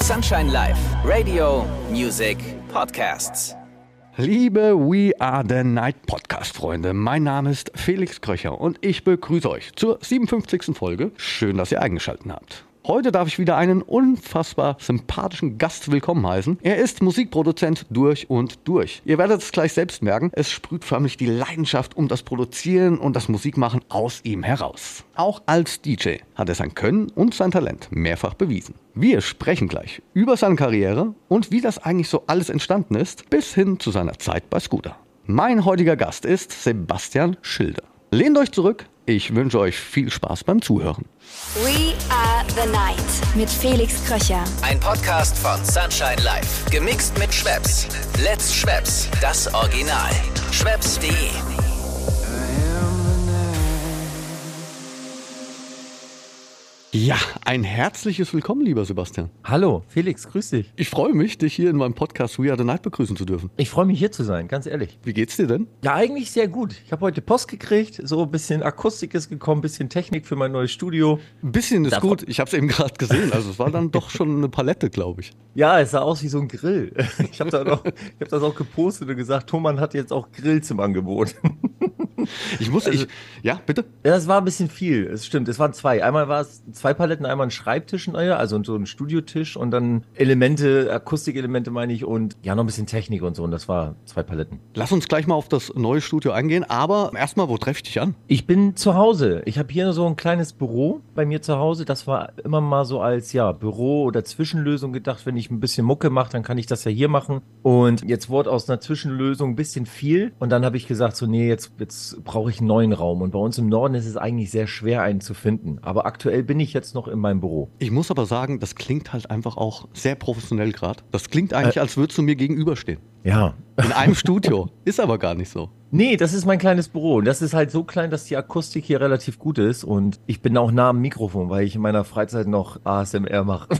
Sunshine Live, Radio, Music, Podcasts. Liebe We Are The Night Podcast-Freunde, mein Name ist Felix Kröcher und ich begrüße euch zur 57. Folge. Schön, dass ihr eingeschaltet habt. Heute darf ich wieder einen unfassbar sympathischen Gast willkommen heißen. Er ist Musikproduzent durch und durch. Ihr werdet es gleich selbst merken, es sprüht förmlich die Leidenschaft um das Produzieren und das Musikmachen aus ihm heraus. Auch als DJ hat er sein Können und sein Talent mehrfach bewiesen. Wir sprechen gleich über seine Karriere und wie das eigentlich so alles entstanden ist, bis hin zu seiner Zeit bei Scooter. Mein heutiger Gast ist Sebastian Schilder. Lehnt euch zurück, ich wünsche euch viel Spaß beim Zuhören. We Are The Night mit Felix Kröcher. Ein Podcast von Sunshine Live. Gemixt mit Schweppes. Let's Schweppes, das Original. Schweppes.de. Ja, ein herzliches Willkommen, lieber Sebastian. Hallo, Felix, grüß dich. Ich freue mich, dich hier in meinem Podcast We Are The Night begrüßen zu dürfen. Ich freue mich, hier zu sein, ganz ehrlich. Wie geht's dir denn? Ja, eigentlich sehr gut. Ich habe heute Post gekriegt, so ein bisschen Akustik ist gekommen, ein bisschen Technik für mein neues Studio. Ein bisschen ist gut, ich habe es eben gerade gesehen, also es war dann doch schon eine Palette, glaube ich. Ja, es sah aus wie so ein Grill. Ich habe das auch gepostet und gesagt, Thomann hat jetzt auch Grills im Angebot. Ja, bitte? Ja, das war ein bisschen viel, es stimmt, es waren zwei. Einmal war es 2 Paletten, einmal ein Schreibtisch, also so ein Studiotisch und dann Elemente, Akustikelemente meine ich und ja, noch ein bisschen Technik und so und das war 2 Paletten. Lass uns gleich mal auf das neue Studio eingehen, aber erstmal, wo treffe ich dich an? Ich bin zu Hause. Ich habe hier so ein kleines Büro bei mir zu Hause. Das war immer mal so als Büro- oder Zwischenlösung gedacht. Wenn ich ein bisschen Mucke mache, dann kann ich das ja hier machen. Und jetzt wurde aus einer Zwischenlösung ein bisschen viel. Und dann habe ich gesagt, so nee, jetzt brauche ich einen neuen Raum. Und bei uns im Norden ist es eigentlich sehr schwer, einen zu finden. Aber aktuell bin ich jetzt noch in meinem Büro. Ich muss aber sagen, das klingt halt einfach auch sehr professionell gerade. Das klingt eigentlich, als würdest du mir gegenüberstehen. Ja. In einem Studio. Ist aber gar nicht so. Nee, das ist mein kleines Büro. Und das ist halt so klein, dass die Akustik hier relativ gut ist. Und ich bin auch nah am Mikrofon, weil ich in meiner Freizeit noch ASMR mache.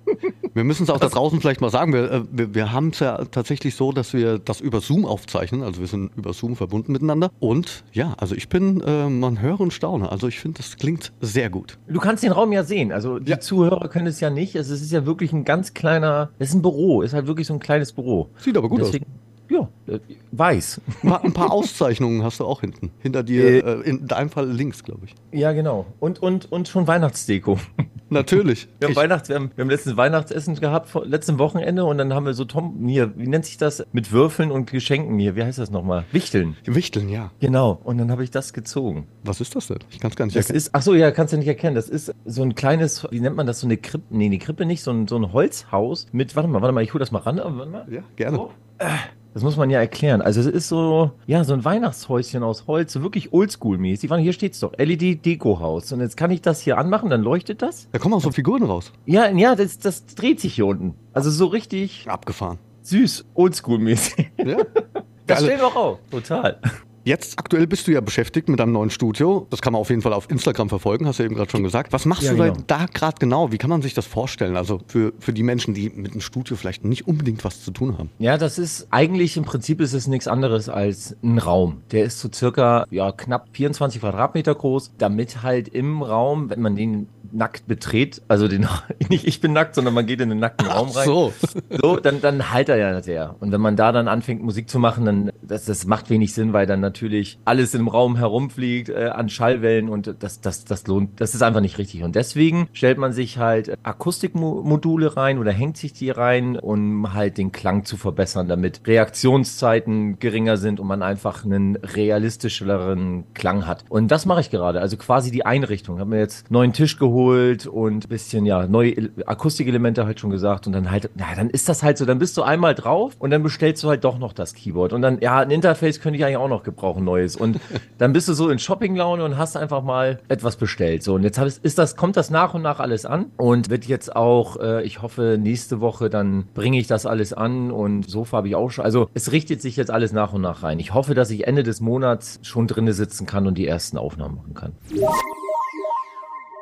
Wir müssen es auch da draußen vielleicht mal sagen. Wir haben es ja tatsächlich so, dass wir das über Zoom aufzeichnen. Also wir sind über Zoom verbunden miteinander. Und ja, also ich bin, man höre und staune. Also ich finde, das klingt sehr gut. Du kannst den Raum ja sehen. Also die Zuhörer können es ja nicht. Also es ist ja wirklich ein ganz kleiner, es ist ein Büro. Es ist halt wirklich so ein kleines Büro. Sieht aber gut aus. Ja, weiß. Ein paar Auszeichnungen hast du auch hinten. Hinter dir, in deinem Fall links, glaube ich. Ja, genau. Und schon Weihnachtsdeko. Natürlich. Wir haben letztens Weihnachtsessen gehabt, letzten Wochenende, und dann haben wir so wie nennt sich das? Mit Würfeln und Geschenken hier. Wie heißt das nochmal? Wichteln. Wichteln, ja. Genau. Und dann habe ich das gezogen. Was ist das denn? Ich kann es gar nicht erkennen. Achso, ja, kannst du nicht erkennen. Das ist so ein kleines, wie nennt man das? So eine Krippe? Nee, eine Krippe nicht, so ein Holzhaus mit, warte mal, ich hole das mal ran. Warte mal. Ja, gerne. So. Das muss man ja erklären. Also es ist so ein Weihnachtshäuschen aus Holz, so wirklich oldschool-mäßig. Hier steht's doch, LED-Deko-Haus. Und jetzt kann ich das hier anmachen, dann leuchtet das. Da kommen auch so Figuren raus. Ja, das dreht sich hier unten. Also so richtig abgefahren. Süß, oldschool-mäßig. Ja. Das steht auch auf. Total. Jetzt aktuell bist du ja beschäftigt mit einem neuen Studio. Das kann man auf jeden Fall auf Instagram verfolgen, hast du eben gerade schon gesagt. Was machst du da gerade genau? Wie kann man sich das vorstellen? Also für die Menschen, die mit dem Studio vielleicht nicht unbedingt was zu tun haben. Ja, das ist eigentlich, im Prinzip ist es nichts anderes als ein Raum. Der ist so circa knapp 24 Quadratmeter groß, damit halt im Raum, wenn man den nackt betritt, also nicht ich bin nackt, sondern man geht in den nackten Raum rein. So, dann halt er ja sehr. Und wenn man da dann anfängt, Musik zu machen, dann das macht wenig Sinn, weil dann natürlich alles im Raum herumfliegt an Schallwellen und das ist einfach nicht richtig. Und deswegen stellt man sich halt Akustikmodule rein oder hängt sich die rein, um halt den Klang zu verbessern, damit Reaktionszeiten geringer sind und man einfach einen realistischeren Klang hat. Und das mache ich gerade, also quasi die Einrichtung. Ich habe mir jetzt einen neuen Tisch geholt und ein bisschen, neue Akustikelemente halt schon gesagt und dann halt, dann ist das halt so, dann bist du einmal drauf und dann bestellst du halt doch noch das Keyboard und dann, ein Interface könnte ich eigentlich auch noch gebrauchen, neues und dann bist du so in Shopping-Laune und hast einfach mal etwas bestellt, so und jetzt kommt das nach und nach alles an und wird jetzt auch, ich hoffe nächste Woche, dann bringe ich das alles an und Sofa habe ich auch schon, also es richtet sich jetzt alles nach und nach rein. Ich hoffe, dass ich Ende des Monats schon drinne sitzen kann und die ersten Aufnahmen machen kann.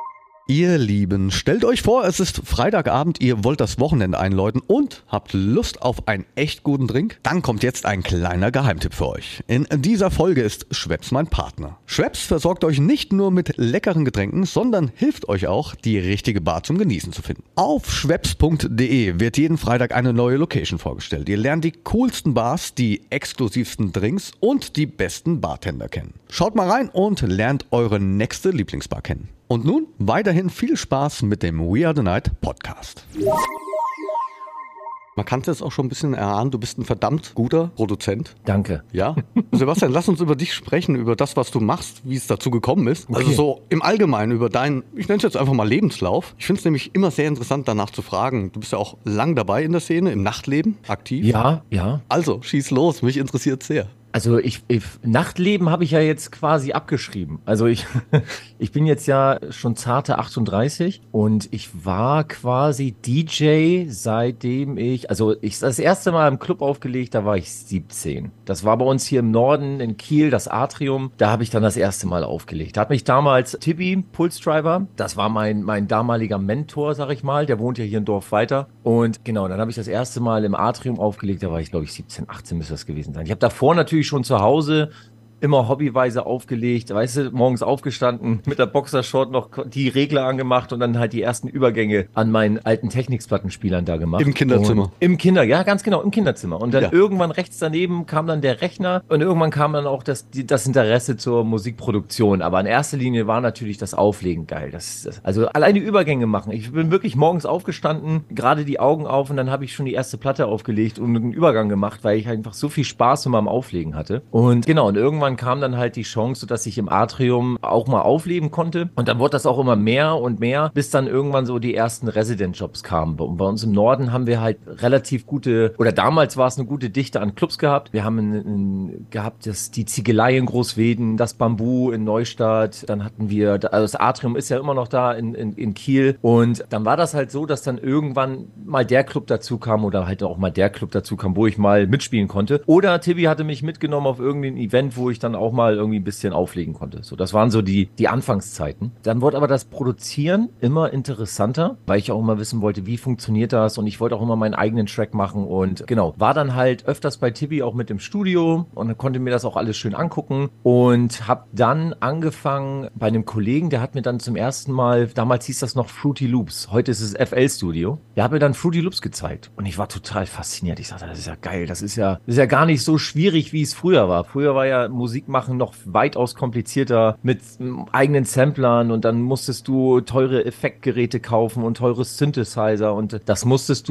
Ihr Lieben, stellt euch vor, es ist Freitagabend, ihr wollt das Wochenende einläuten und habt Lust auf einen echt guten Drink? Dann kommt jetzt ein kleiner Geheimtipp für euch. In dieser Folge ist Schweppes mein Partner. Schweppes versorgt euch nicht nur mit leckeren Getränken, sondern hilft euch auch, die richtige Bar zum Genießen zu finden. Auf schweppes.de wird jeden Freitag eine neue Location vorgestellt. Ihr lernt die coolsten Bars, die exklusivsten Drinks und die besten Bartender kennen. Schaut mal rein und lernt eure nächste Lieblingsbar kennen. Und nun weiterhin viel Spaß mit dem We Are The Night Podcast. Man kann es auch schon ein bisschen erahnen, du bist ein verdammt guter Produzent. Danke. Ja. Sebastian, lass uns über dich sprechen, über das, was du machst, wie es dazu gekommen ist. Okay. Also so im Allgemeinen über deinen, ich nenne es jetzt einfach mal Lebenslauf. Ich finde es nämlich immer sehr interessant, danach zu fragen. Du bist ja auch lang dabei in der Szene, im Nachtleben aktiv. Ja. Also, schieß los, mich interessiert sehr. Also Nachtleben habe ich ja jetzt quasi abgeschrieben. Also ich bin jetzt ja schon zarte 38 und ich war quasi DJ seitdem das erste Mal im Club aufgelegt, da war ich 17. Das war bei uns hier im Norden in Kiel, das Atrium. Da habe ich dann das erste Mal aufgelegt. Da hat mich damals Tibi, Pulse Driver, das war mein damaliger Mentor, sag ich mal. Der wohnt ja hier im Dorf weiter. Und genau, dann habe ich das erste Mal im Atrium aufgelegt. Da war ich, glaube ich, 17, 18 müsste das gewesen sein. Ich habe davor natürlich schon zu Hause immer hobbyweise aufgelegt, weißt du, morgens aufgestanden, mit der Boxershort noch die Regler angemacht und dann halt die ersten Übergänge an meinen alten Technics-Plattenspielern da gemacht. Im Kinderzimmer. Ja, ganz genau, im Kinderzimmer. Und dann irgendwann rechts daneben kam dann der Rechner und irgendwann kam dann auch das Interesse zur Musikproduktion. Aber in erster Linie war natürlich das Auflegen geil. Also alleine Übergänge machen. Ich bin wirklich morgens aufgestanden, gerade die Augen auf und dann habe ich schon die erste Platte aufgelegt und einen Übergang gemacht, weil ich einfach so viel Spaß immer am Auflegen hatte. Und genau, und irgendwann kam dann halt die Chance, dass ich im Atrium auch mal aufleben konnte. Und dann wurde das auch immer mehr und mehr, bis dann irgendwann so die ersten Resident-Jobs kamen. Und bei uns im Norden haben wir halt relativ damals war es eine gute Dichte an Clubs gehabt. Wir haben gehabt die Ziegelei in Großweden, das Bambu in Neustadt. Dann hatten wir, also das Atrium ist ja immer noch da in Kiel. Und dann war das halt so, dass dann irgendwann mal der Club dazu kam oder halt auch mal der Club dazu kam, wo ich mal mitspielen konnte. Oder Tibi hatte mich mitgenommen auf irgendein Event, wo ich dann auch mal irgendwie ein bisschen auflegen konnte. So, das waren so die Anfangszeiten. Dann wurde aber das Produzieren immer interessanter, weil ich auch immer wissen wollte, wie funktioniert das und ich wollte auch immer meinen eigenen Track machen und genau, war dann halt öfters bei Tibi auch mit im Studio und dann konnte mir das auch alles schön angucken und habe dann angefangen bei einem Kollegen, der hat mir dann zum ersten Mal, damals hieß das noch Fruity Loops, heute ist es FL Studio, der hat mir dann Fruity Loops gezeigt und ich war total fasziniert. Ich sagte, das ist ja geil, das ist ja gar nicht so schwierig, wie es früher war. Früher war ja Musik machen noch weitaus komplizierter mit eigenen Samplern und dann musstest du teure Effektgeräte kaufen und teure Synthesizer und das konntest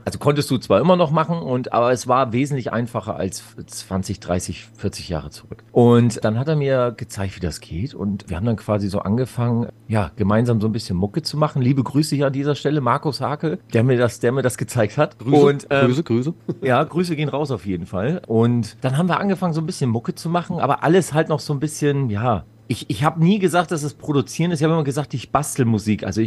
du zwar immer noch machen, aber es war wesentlich einfacher als 20, 30, 40 Jahre zurück. Und dann hat er mir gezeigt, wie das geht und wir haben dann quasi so angefangen, ja, gemeinsam so ein bisschen Mucke zu machen. Liebe Grüße hier an dieser Stelle, Markus Hakel, der mir das gezeigt hat. Grüße. Ja, Grüße gehen raus auf jeden Fall. Und dann haben wir angefangen, so ein bisschen Mucke zu machen, aber alles halt noch so ein bisschen, ja, ich habe nie gesagt, dass es Produzieren ist. Ich habe immer gesagt, ich bastel Musik. Also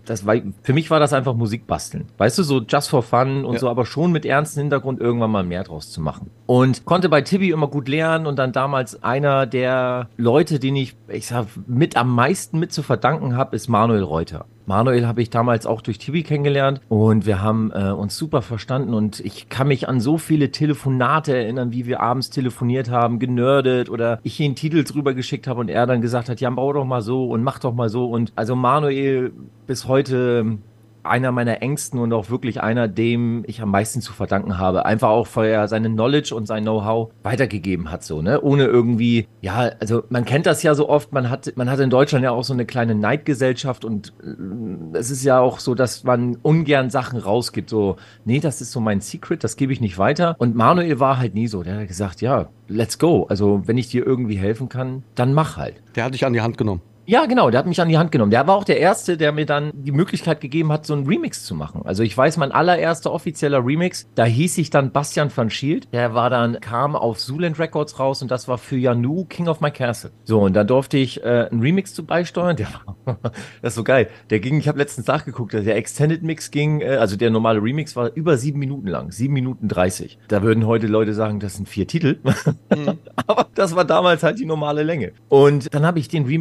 für mich war das einfach Musik basteln. Weißt du, so just for fun und so, aber schon mit ernstem Hintergrund irgendwann mal mehr draus zu machen. Und konnte bei Tibi immer gut lernen und dann damals einer der Leute, den ich sag, mit am meisten mit zu verdanken habe, ist Manuel Reuter. Manuel habe ich damals auch durch Tibi kennengelernt und wir haben uns super verstanden und ich kann mich an so viele Telefonate erinnern, wie wir abends telefoniert haben, genördet oder ich ihn Titel drüber geschickt habe und er dann gesagt hat, ja, bau doch mal so und mach doch mal so und also Manuel bis heute einer meiner engsten und auch wirklich einer, dem ich am meisten zu verdanken habe. Einfach auch, weil er seine Knowledge und sein Know-how weitergegeben hat, so, ne? Ohne irgendwie, ja, also man kennt das ja so oft, man hat in Deutschland ja auch so eine kleine Neidgesellschaft und es ist ja auch so, dass man ungern Sachen rausgibt, so, nee, das ist so mein Secret, das gebe ich nicht weiter. Und Manuel war halt nie so, der hat gesagt, ja, let's go. Also, wenn ich dir irgendwie helfen kann, dann mach halt. Der hat dich an die Hand genommen. Ja, genau, der hat mich an die Hand genommen. Der war auch der Erste, der mir dann die Möglichkeit gegeben hat, so einen Remix zu machen. Also ich weiß, mein allererster offizieller Remix, da hieß ich dann Bastian van Schild. Der kam auf Zuland Records raus und das war für Janu King of My Castle. So, und da durfte ich einen Remix zu beisteuern. Das ist so geil. Ich habe letztens nachgeguckt, der Extended Mix ging, also der normale Remix war über 7 Minuten lang, 7 Minuten 30. Da würden heute Leute sagen, das sind 4 Titel. Aber das war damals halt die normale Länge. Und dann habe ich den Remix gemacht.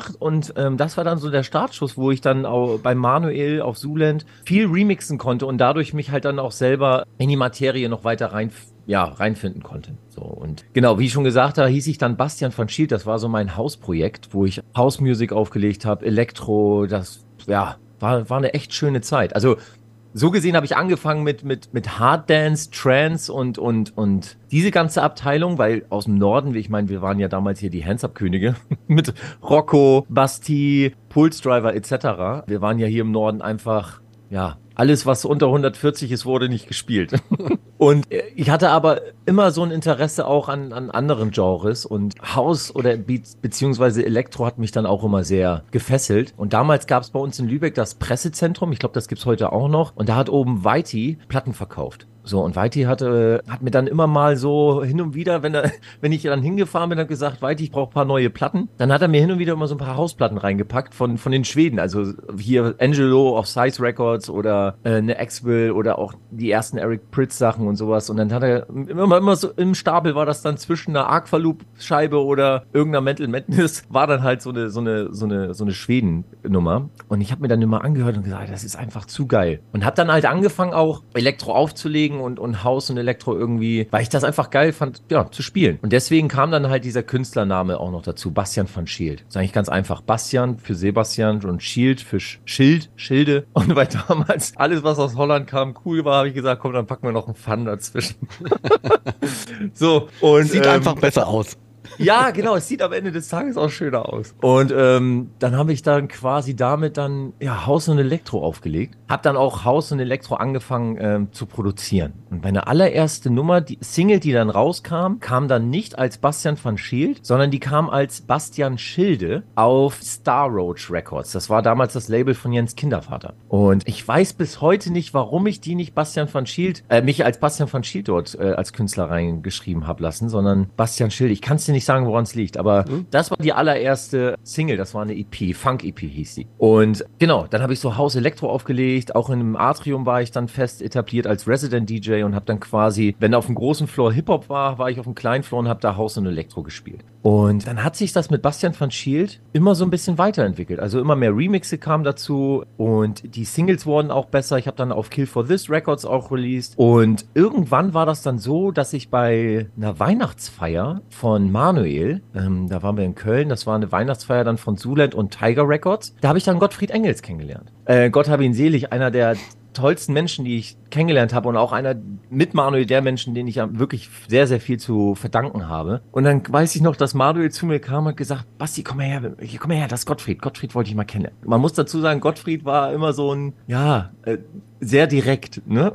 gemacht und das war dann so der Startschuss, wo ich dann auch bei Manuel auf Zuland viel remixen konnte und dadurch mich halt dann auch selber in die Materie noch weiter reinfinden konnte. So, und genau, wie ich schon gesagt habe, hieß ich dann Bastian van Schielt. Das war so mein Hausprojekt, wo ich House Music aufgelegt habe, Elektro, das, ja, war eine echt schöne Zeit. Also, so gesehen habe ich angefangen mit Hard Dance, Trance und diese ganze Abteilung, weil aus dem Norden, ich meine, wir waren ja damals hier die Hands-Up-Könige mit Rocco, Basti, Pulse Driver etc. Wir waren ja hier im Norden einfach, ja, alles, was unter 140 ist, wurde nicht gespielt. Und ich hatte aber immer so ein Interesse auch an anderen Genres und House oder beziehungsweise Elektro hat mich dann auch immer sehr gefesselt. Und damals gab es bei uns in Lübeck das Pressezentrum, ich glaube, das gibt's heute auch noch. Und da hat oben Whitey Platten verkauft. So, und Whitey hat mir dann immer mal so hin und wieder, wenn ich dann hingefahren bin, hat gesagt, Whitey, ich brauche ein paar neue Platten. Dann hat er mir hin und wieder immer so ein paar Hausplatten reingepackt von den Schweden. Also hier Angelo auf Size Records oder eine Axwell oder auch die ersten Eric Prydz Sachen und sowas. Und dann hat er immer so im Stapel war das dann zwischen einer Aqualoop-Scheibe oder irgendeiner Mental Madness, war dann halt so eine Schweden-Nummer. Und ich habe mir dann immer angehört und gesagt, das ist einfach zu geil. Und habe dann halt angefangen auch Elektro aufzulegen und House und Elektro irgendwie, weil ich das einfach geil fand, ja, zu spielen. Und deswegen kam dann halt dieser Künstlername auch noch dazu, Bastian van Schielt. Das ist eigentlich ganz einfach. Bastian für Sebastian und Schild für Schilde. Und weil damals alles, was aus Holland kam, cool war, habe ich gesagt, komm, dann packen wir noch einen Fun dazwischen. So, und sieht einfach besser aus. Ja, genau, es sieht am Ende des Tages auch schöner aus. Und dann habe ich dann quasi damit dann House und Elektro aufgelegt. Habe dann auch House und Elektro angefangen zu produzieren. Und meine allererste Nummer, die Single, die dann rauskam, kam dann nicht als Bastian van Schielt, sondern die kam als Bastian Schilde auf Star Roach Records. Das war damals das Label von Jens Kindervater. Und ich weiß bis heute nicht, warum ich die nicht Bastian van Schielt, mich als Bastian van Schielt dort als Künstler reingeschrieben habe lassen, sondern Bastian Schilde. Ich kann es dir nicht sagen, woran es liegt, aber das war die allererste Single, das war eine EP, Funk-EP hieß die. Und genau, dann habe ich so House Elektro aufgelegt, auch in einem Atrium war ich dann fest etabliert als Resident DJ und habe dann quasi, wenn auf dem großen Floor Hip-Hop war ich auf dem kleinen Floor und habe da House und Elektro gespielt. Und dann hat sich das mit Bastian van Schielt immer so ein bisschen weiterentwickelt, also immer mehr Remixe kamen dazu und die Singles wurden auch besser. Ich habe dann auf Kill for This Records auch released und irgendwann war das dann so, dass ich bei einer Weihnachtsfeier von Manuel, da waren wir in Köln, das war eine Weihnachtsfeier dann von Zuland und Tiger Records, da habe ich dann Gottfried Engels kennengelernt. Gott habe ihn selig, einer der tollsten Menschen, die ich kennengelernt habe und auch einer mit Manuel der Menschen, denen ich ja wirklich sehr, sehr viel zu verdanken habe. Und dann weiß ich noch, dass Manuel zu mir kam und gesagt, Basti, komm mal her, das ist Gottfried. Gottfried wollte ich mal kennenlernen. Man muss dazu sagen, Gottfried war immer so ein, sehr direkt, ne?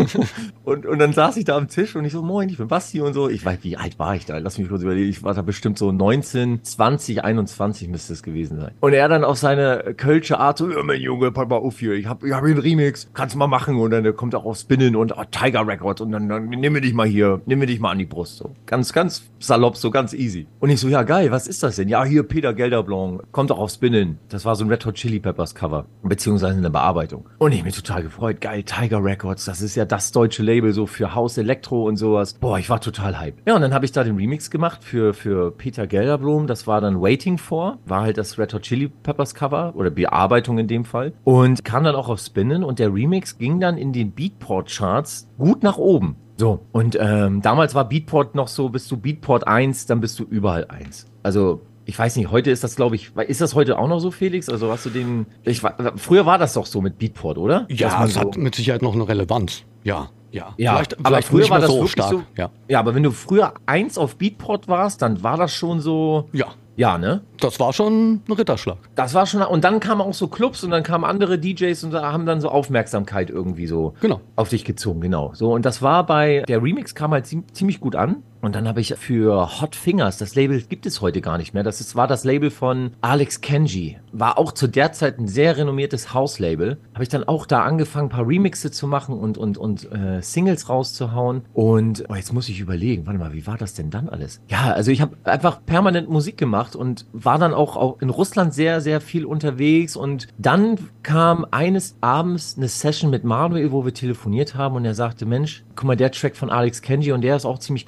und dann saß ich da am Tisch und ich so, moin, ich bin Basti und so. Ich weiß, wie alt war ich da? Lass mich kurz überlegen. Ich war da bestimmt so 19, 20, 21 müsste es gewesen sein. Und er dann auf seine kölsche Art so, ja, mein Junge, pass mal auf hier, ich hab hier einen Remix, kannst du mal machen. Und dann kommt auch auf Spinnen und Tiger Records und dann nimm mir dich mal an die Brust. So. Ganz, ganz salopp, so ganz easy. Und ich so, ja geil, was ist das denn? Ja, hier Peter Gelderblom, kommt auch auf Spinnen. Das war so ein Red Hot Chili Peppers Cover, beziehungsweise eine Bearbeitung. Und ich bin total gefreut. Geil, Tiger Records, das ist ja das deutsche Label so für House Elektro und sowas. Boah, ich war total hyped. Ja, und dann habe ich da den Remix gemacht für Peter Gelderblom. Das war dann Waiting For, war halt das Red Hot Chili Peppers Cover oder Bearbeitung in dem Fall. Und kam dann auch auf Spinnen und der Remix ging dann in den Beatport-Charts gut nach oben. So, und damals war Beatport noch so, bist du Beatport 1, dann bist du überall 1. Also ich weiß nicht, heute ist das, glaube ich, ist das heute auch noch so, Felix? Also hast du früher war das doch so mit Beatport, oder? Ja, es hat mit Sicherheit noch eine Relevanz. Ja. Vielleicht früher war das so wirklich so. Ja, aber wenn du früher 1 auf Beatport warst, dann war das schon so. Ja, ne? Das war schon ein Ritterschlag. Das war schon, und dann kamen auch so Clubs und dann kamen andere DJs und haben dann so Aufmerksamkeit irgendwie so auf dich gezogen, genau. So, und das war der Remix kam halt ziemlich gut an. Und dann habe ich für Hot Fingers, das Label gibt es heute gar nicht mehr, war das Label von Alex Kenji, war auch zu der Zeit ein sehr renommiertes House-Label, habe ich dann auch da angefangen, ein paar Remixe zu machen und Singles rauszuhauen. Und jetzt muss ich überlegen, warte mal, wie war das denn dann alles? Ja, also ich habe einfach permanent Musik gemacht und war dann auch in Russland sehr, sehr viel unterwegs. Und dann kam eines Abends eine Session mit Manuel, wo wir telefoniert haben und er sagte, Mensch, guck mal, der Track von Alex Kenji und der ist auch ziemlich geil, mach doch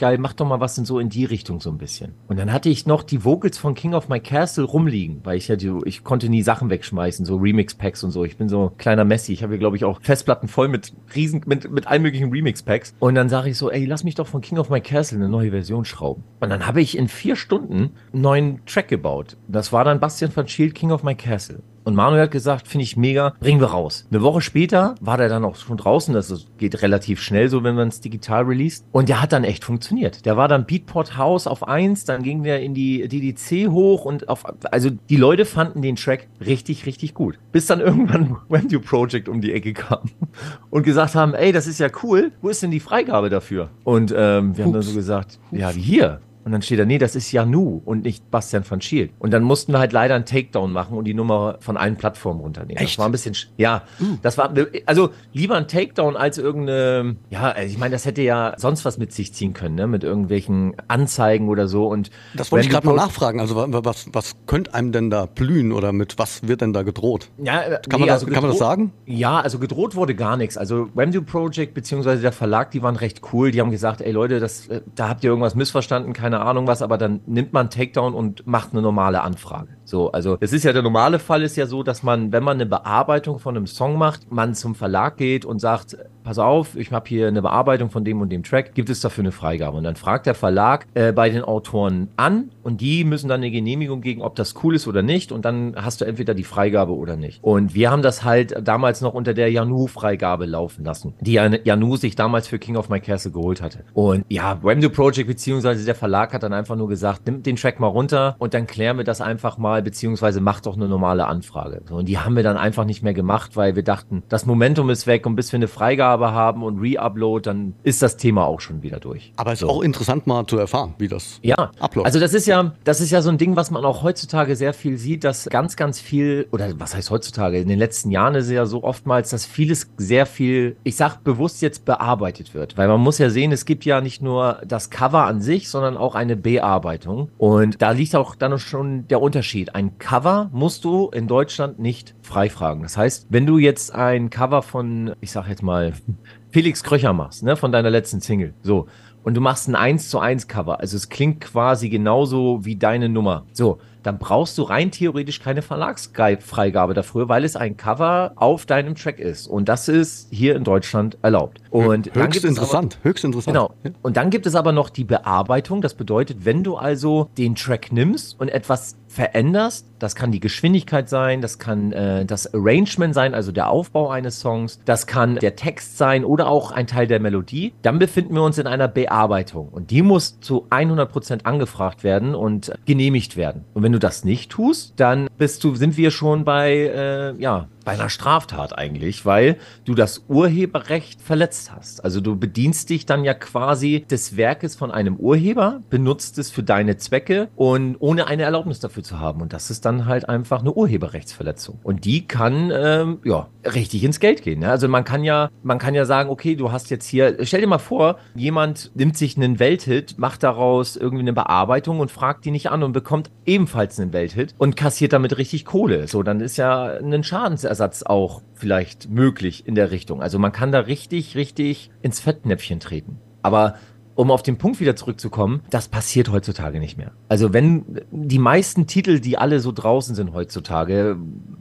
mal was so in die Richtung so ein bisschen. Und dann hatte ich noch die Vocals von King of My Castle rumliegen, weil ich konnte nie Sachen wegschmeißen, so Remix-Packs und so. Ich bin so ein kleiner Messi. Ich habe hier, glaube ich, auch Festplatten voll mit allen möglichen Remix-Packs. Und dann sage ich so, ey, lass mich doch von King of My Castle eine neue Version schrauben. Und dann habe ich in 4 Stunden einen neuen Track gebaut. Das war dann Bastian van Schielt, King of My Castle. Und Manuel hat gesagt, finde ich mega, bringen wir raus. Eine Woche später war der dann auch schon draußen, das geht relativ schnell so, wenn man es digital released. Und der hat dann echt funktioniert. Der war dann Beatport House auf 1, dann ging der in die DDC hoch und also die Leute fanden den Track richtig, richtig gut. Bis dann irgendwann Wemdu Project um die Ecke kam und gesagt haben, ey, das ist ja cool, wo ist denn die Freigabe dafür? Und wir haben dann so gesagt, ja, wie hier? Und dann steht da, nee, das ist Janu und nicht Bastian van Schielt. Und dann mussten wir halt leider einen Takedown machen und die Nummer von allen Plattformen runternehmen. Echt? Das war ein bisschen, ja, das war, also lieber ein Takedown als irgendeine, ja, ich meine, das hätte ja sonst was mit sich ziehen können, ne, mit irgendwelchen Anzeigen oder so. Und das wollte ich gerade mal nachfragen. Also was könnte einem denn da blühen oder mit was wird denn da gedroht? Ja, kann man das sagen? Ja, also gedroht wurde gar nichts. Also Wemdu Project beziehungsweise der Verlag, die waren recht cool. Die haben gesagt, ey Leute, da habt ihr irgendwas missverstanden, keine Ahnung was, aber dann nimmt man einen Takedown und macht eine normale Anfrage. So, also es ist ja, der normale Fall ist ja so, dass man, wenn man eine Bearbeitung von einem Song macht, man zum Verlag geht und sagt, pass auf, ich habe hier eine Bearbeitung von dem und dem Track, gibt es dafür eine Freigabe? Und dann fragt der Verlag bei den Autoren an und die müssen dann eine Genehmigung geben, ob das cool ist oder nicht, und dann hast du entweder die Freigabe oder nicht. Und wir haben das halt damals noch unter der Janu-Freigabe laufen lassen, die Janu sich damals für King of My Castle geholt hatte. Und ja, Wemdu Project beziehungsweise der Verlag hat dann einfach nur gesagt, nimm den Track mal runter und dann klären wir das einfach mal, beziehungsweise mach doch eine normale Anfrage. So, und die haben wir dann einfach nicht mehr gemacht, weil wir dachten, das Momentum ist weg und bis wir eine Freigabe haben und Re-Upload, dann ist das Thema auch schon wieder durch. Aber es ist auch interessant mal zu erfahren, wie das abläuft. Also das ist ja so ein Ding, was man auch heutzutage sehr viel sieht, dass ganz, ganz viel, oder was heißt heutzutage, in den letzten Jahren ist es ja so oftmals, dass vieles sehr viel, ich sag bewusst jetzt bearbeitet wird, weil man muss ja sehen, es gibt ja nicht nur das Cover an sich, sondern auch eine Bearbeitung, und da liegt auch dann schon der Unterschied. Ein Cover musst du in Deutschland nicht freifragen. Das heißt, wenn du jetzt ein Cover von, ich sag jetzt mal, Felix Kröcher machst, ne, von deiner letzten Single, so, und du machst ein 1:1 Cover, also es klingt quasi genauso wie deine Nummer, so, dann brauchst du rein theoretisch keine Verlagsfreigabe dafür, weil es ein Cover auf deinem Track ist. Und das ist hier in Deutschland erlaubt. Und höchst interessant. Genau. Und dann gibt es aber noch die Bearbeitung. Das bedeutet, wenn du also den Track nimmst und etwas veränderst, das kann die Geschwindigkeit sein, das kann das Arrangement sein, also der Aufbau eines Songs, das kann der Text sein oder auch ein Teil der Melodie, dann befinden wir uns in einer Bearbeitung. Und die muss zu 100% angefragt werden und genehmigt werden. Und wenn du das nicht tust, dann sind wir schon bei einer Straftat eigentlich, weil du das Urheberrecht verletzt hast. Also du bedienst dich dann ja quasi des Werkes von einem Urheber, benutzt es für deine Zwecke und ohne eine Erlaubnis dafür zu haben. Und das ist dann halt einfach eine Urheberrechtsverletzung. Und die kann richtig ins Geld gehen. Ne? Also man kann ja sagen, okay, du hast jetzt hier, stell dir mal vor, jemand nimmt sich einen Welthit, macht daraus irgendwie eine Bearbeitung und fragt die nicht an und bekommt ebenfalls einen Welthit und kassiert damit richtig Kohle. So, dann ist ja ein Schadensersatz auch vielleicht möglich in der Richtung. Also man kann da richtig, richtig ins Fettnäpfchen treten. Aber um auf den Punkt wieder zurückzukommen, das passiert heutzutage nicht mehr. Also wenn die meisten Titel, die alle so draußen sind heutzutage,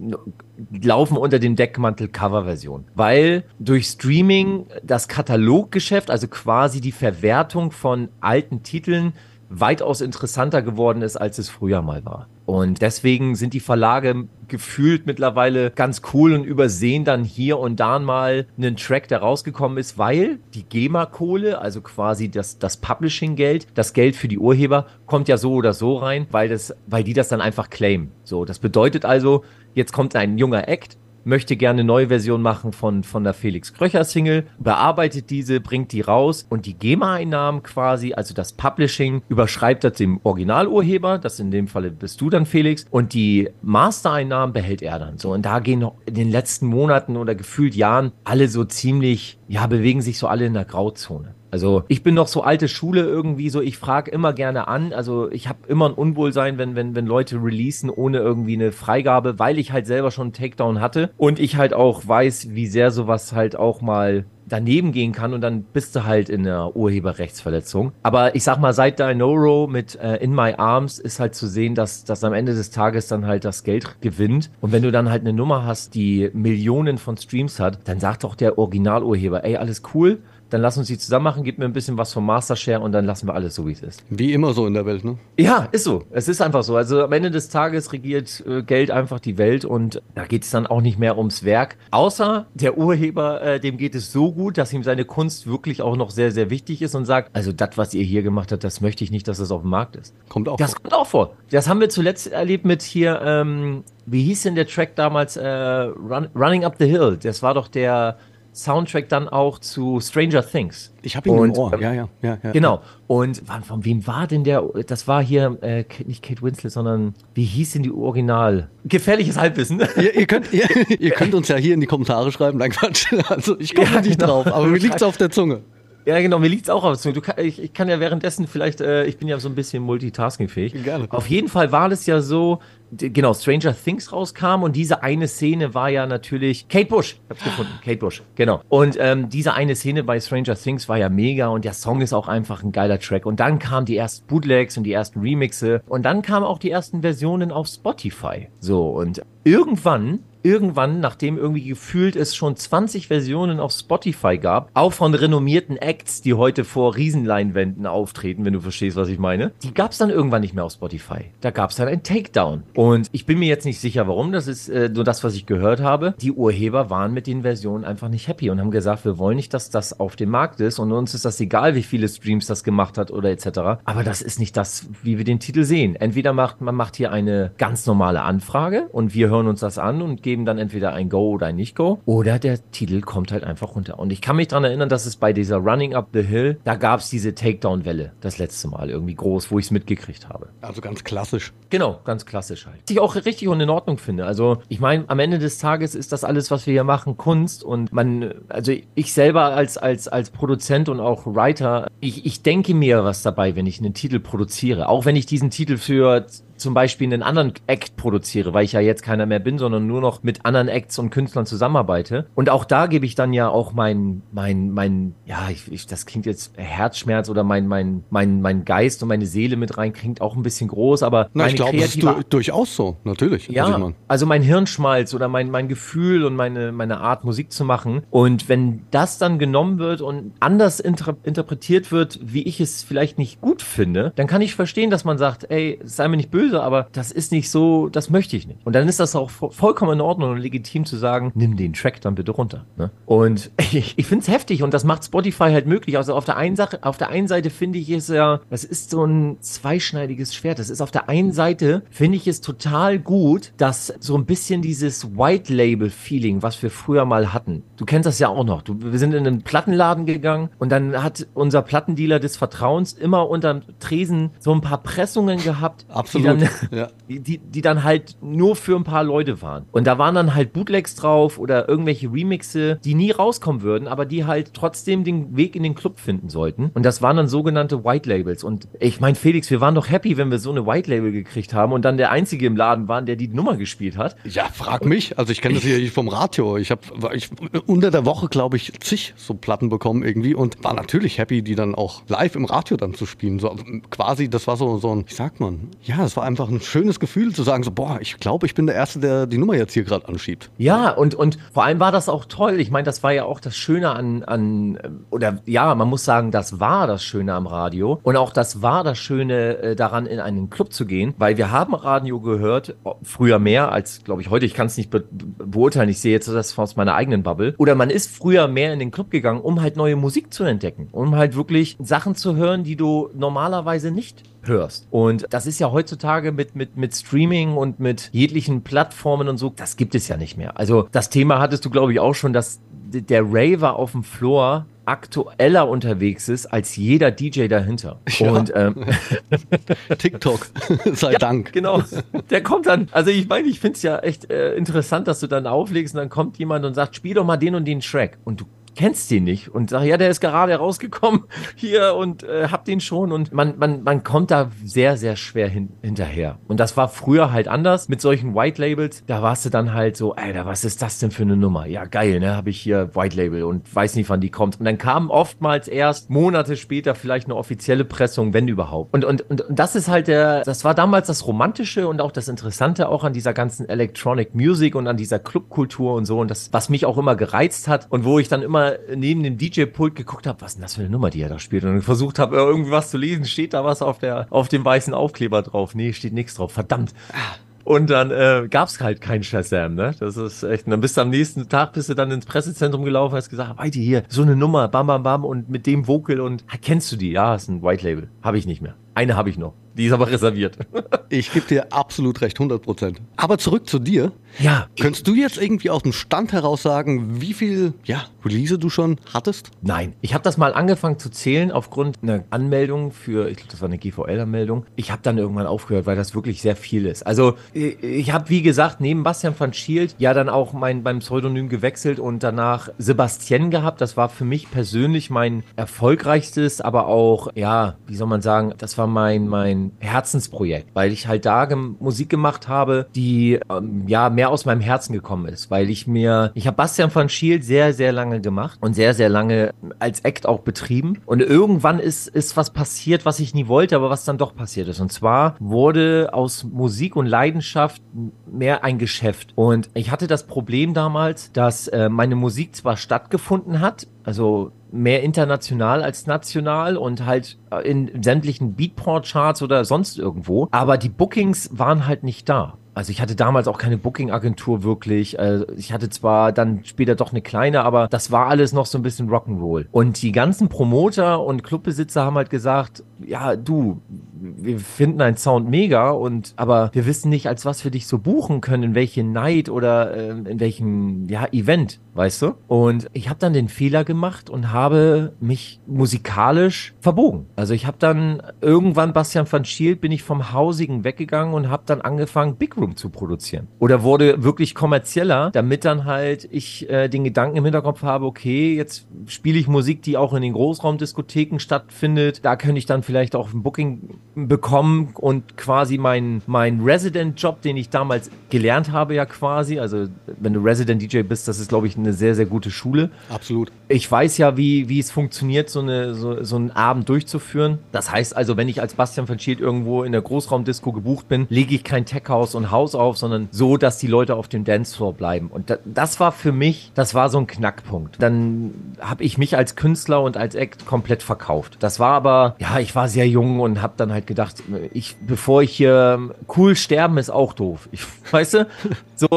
laufen unter dem Deckmantel Coverversion. Weil durch Streaming das Kataloggeschäft, also quasi die Verwertung von alten Titeln, weitaus interessanter geworden ist, als es früher mal war. Und deswegen sind die Verlage gefühlt mittlerweile ganz cool und übersehen dann hier und da mal einen Track, der rausgekommen ist, weil die GEMA-Kohle, also quasi das Publishing-Geld, das Geld für die Urheber, kommt ja so oder so rein, weil die das dann einfach claimen. So, das bedeutet also, jetzt kommt ein junger Act, möchte gerne eine neue Version machen von der Felix Kröcher Single, bearbeitet diese, bringt die raus und die GEMA-Einnahmen quasi, also das Publishing, überschreibt das dem Originalurheber, das in dem Falle bist du dann, Felix, und die Master-Einnahmen behält er dann. So, und da gehen noch in den letzten Monaten oder gefühlt Jahren alle so ziemlich, bewegen sich so alle in der Grauzone. Also ich bin noch so alte Schule irgendwie so, ich frage immer gerne an, also ich habe immer ein Unwohlsein, wenn Leute releasen ohne irgendwie eine Freigabe, weil ich halt selber schon einen Takedown hatte und ich halt auch weiß, wie sehr sowas halt auch mal daneben gehen kann und dann bist du halt in einer Urheberrechtsverletzung. Aber ich sag mal, seit Dinoro mit In My Arms ist halt zu sehen, dass am Ende des Tages dann halt das Geld gewinnt. Und wenn du dann halt eine Nummer hast, die Millionen von Streams hat, dann sagt doch der Originalurheber, ey, alles cool, dann lass uns die zusammen machen, gib mir ein bisschen was vom Mastershare und dann lassen wir alles so, wie es ist. Wie immer so in der Welt, ne? Ja, ist so. Es ist einfach so. Also am Ende des Tages regiert Geld einfach die Welt und da geht es dann auch nicht mehr ums Werk. Außer der Urheber, dem geht es so gut, dass ihm seine Kunst wirklich auch noch sehr, sehr wichtig ist und sagt, also das, was ihr hier gemacht habt, das möchte ich nicht, dass es auf dem Markt ist. Kommt auch Das vor. kommt auch vor. Das haben wir zuletzt erlebt mit hier, wie hieß denn der Track damals? Running Up the Hill. Das war doch der Soundtrack dann auch zu Stranger Things. Ich habe ihn im Ohr. Ja. Genau. Und von wem war denn der? Das war hier nicht Kate Winslet, sondern wie hieß denn die Original? Gefährliches Halbwissen. Ihr könnt uns ja hier in die Kommentare schreiben. Nein, Quatsch. Also ich komme nicht drauf, aber mir liegt's auf der Zunge. Ja, genau, mir liegt's auch auf der Zunge. Ich kann ja währenddessen vielleicht, ich bin ja so ein bisschen multitaskingfähig. Gerne. Auf jeden Fall war das ja so, genau, Stranger Things rauskam und diese eine Szene war ja natürlich Kate Bush. Ich hab's gefunden, Kate Bush, genau. Und diese eine Szene bei Stranger Things war ja mega und der Song ist auch einfach ein geiler Track. Und dann kamen die ersten Bootlegs und die ersten Remixe und dann kamen auch die ersten Versionen auf Spotify. So, und irgendwann, nachdem irgendwie gefühlt es schon 20 Versionen auf Spotify gab, auch von renommierten Acts, die heute vor Riesenleinwänden auftreten, wenn du verstehst, was ich meine, die gab es dann irgendwann nicht mehr auf Spotify. Da gab es dann ein Takedown. Und ich bin mir jetzt nicht sicher, warum, das ist nur das, was ich gehört habe. Die Urheber waren mit den Versionen einfach nicht happy und haben gesagt, wir wollen nicht, dass das auf dem Markt ist und uns ist das egal, wie viele Streams das gemacht hat oder etc. Aber das ist nicht das, wie wir den Titel sehen. Entweder man macht hier eine ganz normale Anfrage und wir hören uns das an und geben dann entweder ein Go oder ein Nicht-Go oder der Titel kommt halt einfach runter. Und ich kann mich daran erinnern, dass es bei dieser Running Up the Hill, da gab es diese Takedown-Welle das letzte Mal irgendwie groß, wo ich es mitgekriegt habe. Also ganz klassisch. Genau, ganz klassisch halt. Was ich auch richtig und in Ordnung finde. Also ich meine, am Ende des Tages ist das alles, was wir hier machen, Kunst und also ich selber als Produzent und auch Writer, ich denke mir was dabei, wenn ich einen Titel produziere. Auch wenn ich diesen Titel für zum Beispiel einen anderen Act produziere, weil ich ja jetzt keiner mehr bin, sondern nur noch mit anderen Acts und Künstlern zusammenarbeite. Und auch da gebe ich dann ja auch das klingt jetzt Herzschmerz oder mein Geist und meine Seele mit rein, klingt auch ein bisschen groß, aber Na, ich glaube, das ist durchaus so, natürlich. Ja, also mein Hirnschmalz oder mein Gefühl und meine Art, Musik zu machen. Und wenn das dann genommen wird und anders interpretiert wird, wie ich es vielleicht nicht gut finde, dann kann ich verstehen, dass man sagt, ey, sei mir nicht böse, aber das ist nicht so, das möchte ich nicht. Und dann ist das auch vollkommen in Ordnung und legitim zu sagen, nimm den Track dann bitte runter. Ne? Und ich finde es heftig und das macht Spotify halt möglich. Also auf der einen Seite finde ich es ja, das ist so ein zweischneidiges Schwert. Das ist auf der einen Seite, finde ich es total gut, dass so ein bisschen dieses White-Label-Feeling, was wir früher mal hatten. Du kennst das ja auch noch. Wir sind in einen Plattenladen gegangen und dann hat unser Plattendealer des Vertrauens immer unterm Tresen so ein paar Pressungen gehabt. Absolut. Die dann halt nur für ein paar Leute waren. Und da waren dann halt Bootlegs drauf oder irgendwelche Remixe, die nie rauskommen würden, aber die halt trotzdem den Weg in den Club finden sollten. Und das waren dann sogenannte White Labels. Und ich meine, Felix, wir waren doch happy, wenn wir so eine White Label gekriegt haben und dann der Einzige im Laden waren, der die Nummer gespielt hat. Ja, frag mich. Also ich kenne das hier vom Radio. Ich habe unter der Woche, glaube ich, zig so Platten bekommen irgendwie und war natürlich happy, die dann auch live im Radio dann zu spielen. So quasi, das war so ein, wie sagt man, ja, es war einfach ein schönes Gefühl zu sagen, so, boah, ich glaube, ich bin der Erste, der die Nummer jetzt hier gerade anschiebt. Ja, und vor allem war das auch toll. Ich meine, das war ja auch das Schöne man muss sagen, das war das Schöne am Radio und auch das war das Schöne daran, in einen Club zu gehen, weil wir haben Radio gehört, früher mehr als, glaube ich, heute. Ich kann es nicht beurteilen, ich sehe jetzt das aus meiner eigenen Bubble. Oder man ist früher mehr in den Club gegangen, um halt neue Musik zu entdecken, um halt wirklich Sachen zu hören, die du normalerweise nicht hörst. Und das ist ja heutzutage mit Streaming und mit jeglichen Plattformen und so, das gibt es ja nicht mehr. Also das Thema hattest du, glaube ich, auch schon, dass der Raver auf dem Floor aktueller unterwegs ist als jeder DJ dahinter. Ja. Und TikTok, sei Dank. Genau. Der kommt dann, also ich meine, ich finde es ja echt interessant, dass du dann auflegst und dann kommt jemand und sagt, spiel doch mal den und den Track. Und kennst den nicht und sag, ja, der ist gerade rausgekommen hier und hab den schon und man kommt da sehr, sehr schwer hinterher. Und das war früher halt anders mit solchen White Labels. Da warst du dann halt so, Alter, was ist das denn für eine Nummer? Ja, geil, ne, habe ich hier White Label und weiß nicht, wann die kommt. Und dann kam oftmals erst Monate später vielleicht eine offizielle Pressung, wenn überhaupt. Und das ist halt das war damals das Romantische und auch das Interessante auch an dieser ganzen Electronic Music und an dieser Clubkultur und so und das, was mich auch immer gereizt hat und wo ich dann immer neben dem DJ-Pult geguckt habe, was ist denn das für eine Nummer, die er da spielt und versucht habe, irgendwie was zu lesen. Steht da was auf dem weißen Aufkleber drauf? Nee, steht nichts drauf. Verdammt. Und dann gab's halt kein Shazam, ne? Das ist echt. Und dann bist du am nächsten Tag dann ins Pressezentrum gelaufen, hast gesagt, Weiti, hier, so eine Nummer, bam, bam, bam, und mit dem Vocal und kennst du die? Ja, ist ein White Label. Habe ich nicht mehr. Eine habe ich noch. Die ist aber reserviert. Ich gebe dir absolut recht, 100%. Aber zurück zu dir. Ja. Könntest du jetzt irgendwie aus dem Stand heraus sagen, wie viel Release du schon hattest? Nein. Ich habe das mal angefangen zu zählen aufgrund einer Anmeldung für, ich glaube, das war eine GVL-Anmeldung. Ich habe dann irgendwann aufgehört, weil das wirklich sehr viel ist. Also ich habe, wie gesagt, neben Bastian van Schielt ja dann auch beim Pseudonym gewechselt und danach Sebastian gehabt. Das war für mich persönlich mein erfolgreichstes, aber auch, ja, wie soll man sagen, das war mein Herzensprojekt, weil ich halt da Musik gemacht habe, die mehr aus meinem Herzen gekommen ist, weil ich habe Bastian van Schielt sehr, sehr lange gemacht und sehr, sehr lange als Act auch betrieben und irgendwann ist was passiert, was ich nie wollte, aber was dann doch passiert ist und zwar wurde aus Musik und Leidenschaft mehr ein Geschäft und ich hatte das Problem damals, dass meine Musik zwar stattgefunden hat, also mehr international als national und halt in sämtlichen Beatport-Charts oder sonst irgendwo. Aber die Bookings waren halt nicht da. Also ich hatte damals auch keine Booking-Agentur wirklich. Ich hatte zwar dann später doch eine kleine, aber das war alles noch so ein bisschen Rock'n'Roll. Und die ganzen Promoter und Clubbesitzer haben halt gesagt, ja, du, wir finden deinen Sound mega, aber wir wissen nicht, als was wir dich so buchen können, in welche Night oder in welchem Event, weißt du? Und ich habe dann den Fehler gemacht und habe mich musikalisch verbogen. Also ich habe dann irgendwann Bastian van Schielt, bin ich vom Hausigen weggegangen und habe dann angefangen, Big Room zu produzieren. Oder wurde wirklich kommerzieller, damit dann halt ich den Gedanken im Hinterkopf habe, okay, jetzt spiele ich Musik, die auch in den Großraumdiskotheken stattfindet. Da könnte ich dann vielleicht auch ein Booking bekommen und quasi mein Resident-Job, den ich damals gelernt habe ja quasi, also wenn du Resident-DJ bist, das ist, glaube ich, eine sehr, sehr gute Schule. Absolut. Ich weiß ja, wie es funktioniert, so einen Abend durchzuführen. Das heißt also, wenn ich als Bastian van Schielt irgendwo in der Großraumdisco gebucht bin, lege ich kein Tech-House und Haus auf, sondern so, dass die Leute auf dem Dancefloor bleiben. Und das war für mich, das war so ein Knackpunkt. Dann habe ich mich als Künstler und als Act komplett verkauft. Das war aber, ja, ich war sehr jung und habe dann halt gedacht, bevor ich hier cool sterben, ist auch doof. Weißt du? So.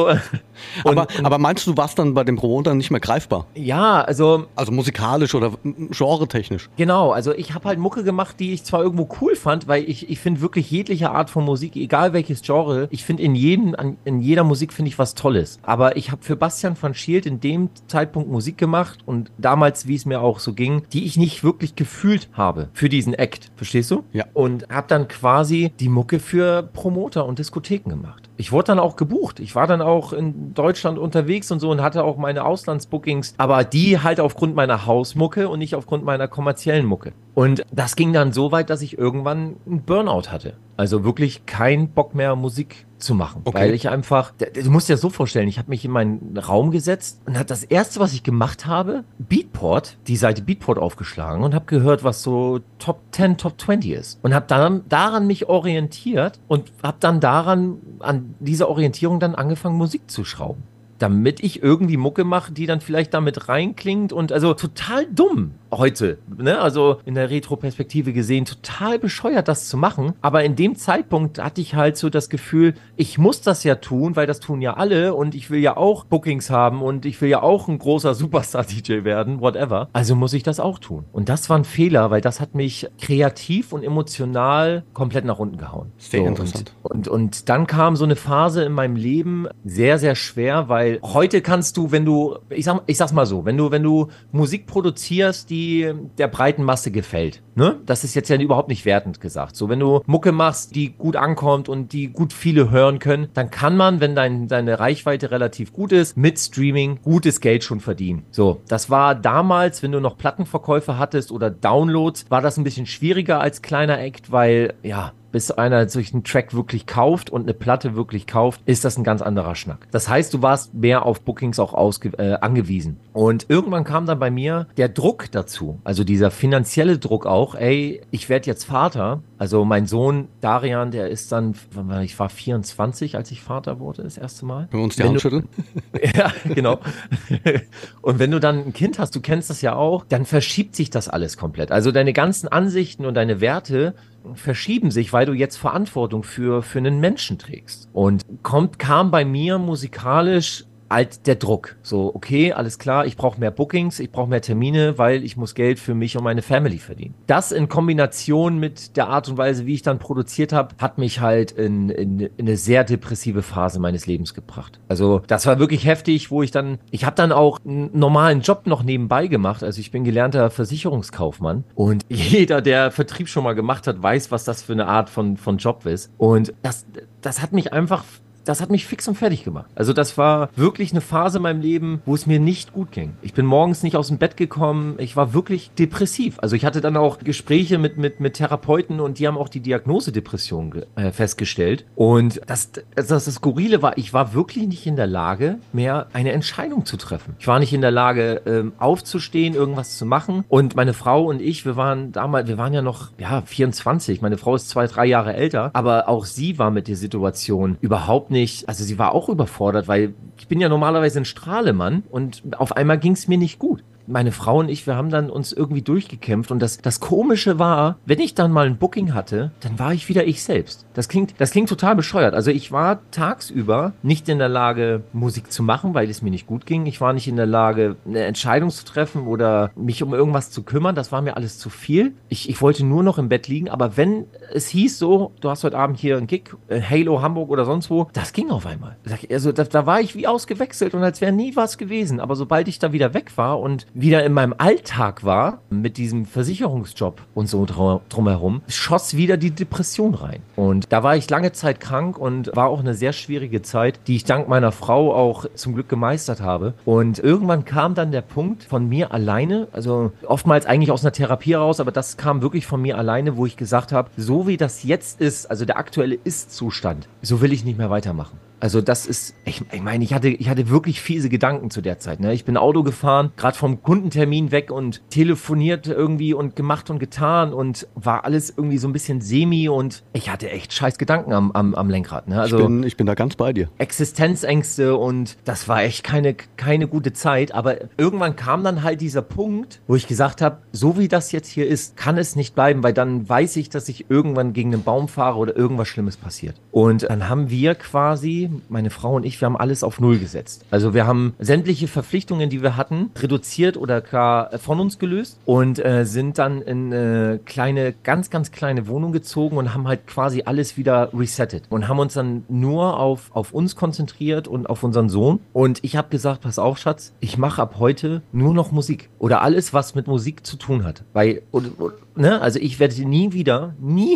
Aber meinst du, warst dann bei dem Promoter nicht mehr greifbar? Ja, also musikalisch oder genretechnisch? Genau, also ich habe halt Mucke gemacht, die ich zwar irgendwo cool fand, weil ich finde wirklich jegliche Art von Musik, egal welches Genre, ich finde in jeder Musik finde ich was Tolles. Aber ich habe für Bastian van Schielt in dem Zeitpunkt Musik gemacht und damals, wie es mir auch so ging, die ich nicht wirklich gefühlt habe für diesen Act. Verstehst du? Ja. Und habe dann quasi die Mucke für Promoter und Diskotheken gemacht. Ich wurde dann auch gebucht. Ich war dann auch in Deutschland unterwegs und so und hatte auch meine Auslandsbookings, aber die halt aufgrund meiner Hausmucke und nicht aufgrund meiner kommerziellen Mucke. Und das ging dann so weit, dass ich irgendwann einen Burnout hatte. Also wirklich keinen Bock mehr, Musik zu machen. Okay. Weil ich einfach, du musst dir das so vorstellen, ich habe mich in meinen Raum gesetzt und das erste, was ich gemacht habe, Beatport, die Seite Beatport aufgeschlagen und habe gehört, was so Top 10, Top 20 ist. Und habe dann daran mich orientiert und habe dann an dieser Orientierung dann angefangen, Musik zu schrauben. Damit ich irgendwie Mucke mache, die dann vielleicht damit reinklingt und also total dumm heute, ne? Also in der Retro-Perspektive gesehen, total bescheuert, das zu machen. Aber in dem Zeitpunkt hatte ich halt so das Gefühl, ich muss das ja tun, weil das tun ja alle und ich will ja auch Bookings haben und ich will ja auch ein großer Superstar-DJ werden, whatever. Also muss ich das auch tun. Und das war ein Fehler, weil das hat mich kreativ und emotional komplett nach unten gehauen. Sehr interessant. Und dann kam so eine Phase in meinem Leben sehr, sehr schwer, weil heute kannst du, ich sag's mal so, wenn du Musik produzierst, die der breiten Masse gefällt, ne? Das ist jetzt ja überhaupt nicht wertend gesagt. So, wenn du Mucke machst, die gut ankommt und die gut viele hören können, dann kann man, wenn deine Reichweite relativ gut ist, mit Streaming gutes Geld schon verdienen. So, das war damals, wenn du noch Plattenverkäufe hattest oder Downloads, war das ein bisschen schwieriger als kleiner Act, weil, ja, bis einer sich einen Track wirklich kauft und eine Platte wirklich kauft, ist das ein ganz anderer Schnack. Das heißt, du warst mehr auf Bookings auch angewiesen. Und irgendwann kam dann bei mir der Druck dazu, also dieser finanzielle Druck auch, ey, ich werde jetzt Vater. Also mein Sohn Darian, der ist dann, ich war 24, als ich Vater wurde, das erste Mal. Können wir uns die Hand schütteln? Ja, genau. Und wenn du dann ein Kind hast, du kennst das ja auch, dann verschiebt sich das alles komplett. Also deine ganzen Ansichten und deine Werte verschieben sich, weil du jetzt Verantwortung für einen Menschen trägst. Und kam bei mir musikalisch halt der Druck. So, okay, alles klar, ich brauche mehr Bookings, ich brauche mehr Termine, weil ich muss Geld für mich und meine Family verdienen. Das in Kombination mit der Art und Weise, wie ich dann produziert habe, hat mich halt in eine sehr depressive Phase meines Lebens gebracht. Also das war wirklich heftig, ich habe dann auch einen normalen Job noch nebenbei gemacht. Also ich bin gelernter Versicherungskaufmann und jeder, der Vertrieb schon mal gemacht hat, weiß, was das für eine Art von Job ist. Und das hat mich fix und fertig gemacht. Also das war wirklich eine Phase in meinem Leben, wo es mir nicht gut ging. Ich bin morgens nicht aus dem Bett gekommen. Ich war wirklich depressiv. Also ich hatte dann auch Gespräche mit Therapeuten und die haben auch die Diagnose Depression festgestellt. Und das Skurrile war, ich war wirklich nicht in der Lage, mehr eine Entscheidung zu treffen. Ich war nicht in der Lage, aufzustehen, irgendwas zu machen. Und meine Frau und ich, wir waren ja noch 24. Meine Frau ist 2-3 Jahre älter. Aber auch sie war mit der Situation überhaupt nicht, also sie war auch überfordert, weil ich bin ja normalerweise ein Strahlemann und auf einmal ging es mir nicht gut. Meine Frau und ich, wir haben dann uns irgendwie durchgekämpft und das Komische war, wenn ich dann mal ein Booking hatte, dann war ich wieder ich selbst. Das klingt total bescheuert. Also ich war tagsüber nicht in der Lage, Musik zu machen, weil es mir nicht gut ging. Ich war nicht in der Lage, eine Entscheidung zu treffen oder mich um irgendwas zu kümmern. Das war mir alles zu viel. Ich wollte nur noch im Bett liegen, aber wenn es hieß so, du hast heute Abend hier einen Gig, Halo Hamburg oder sonst wo, das ging auf einmal. Also da war ich wie ausgewechselt und als wäre nie was gewesen. Aber sobald ich da wieder weg war und wieder in meinem Alltag war, mit diesem Versicherungsjob und so drumherum, schoss wieder die Depression rein. Und da war ich lange Zeit krank und war auch eine sehr schwierige Zeit, die ich dank meiner Frau auch zum Glück gemeistert habe. Und irgendwann kam dann der Punkt von mir alleine, also oftmals eigentlich aus einer Therapie raus, aber das kam wirklich von mir alleine, wo ich gesagt habe, so wie das jetzt ist, also der aktuelle Ist-Zustand, so will ich nicht mehr weitermachen. Also das ist, ich meine, ich hatte wirklich fiese Gedanken zu der Zeit. Ne? Ich bin Auto gefahren, gerade vom Kundentermin weg und telefoniert irgendwie und gemacht und getan und war alles irgendwie so ein bisschen semi und ich hatte echt scheiß Gedanken am Lenkrad. Ne? Also ich bin da ganz bei dir. Existenzängste und das war echt keine gute Zeit. Aber irgendwann kam dann halt dieser Punkt, wo ich gesagt habe, so wie das jetzt hier ist, kann es nicht bleiben, weil dann weiß ich, dass ich irgendwann gegen einen Baum fahre oder irgendwas Schlimmes passiert. Und dann haben wir quasi, meine Frau und ich, wir haben alles auf Null gesetzt. Also wir haben sämtliche Verpflichtungen, die wir hatten, reduziert oder gar von uns gelöst und sind dann in eine ganz, ganz kleine Wohnung gezogen und haben halt quasi alles wieder resettet und haben uns dann nur auf uns konzentriert und auf unseren Sohn. Und ich habe gesagt, pass auf, Schatz, ich mache ab heute nur noch Musik oder alles, was mit Musik zu tun hat. Weil, also ich werde nie wieder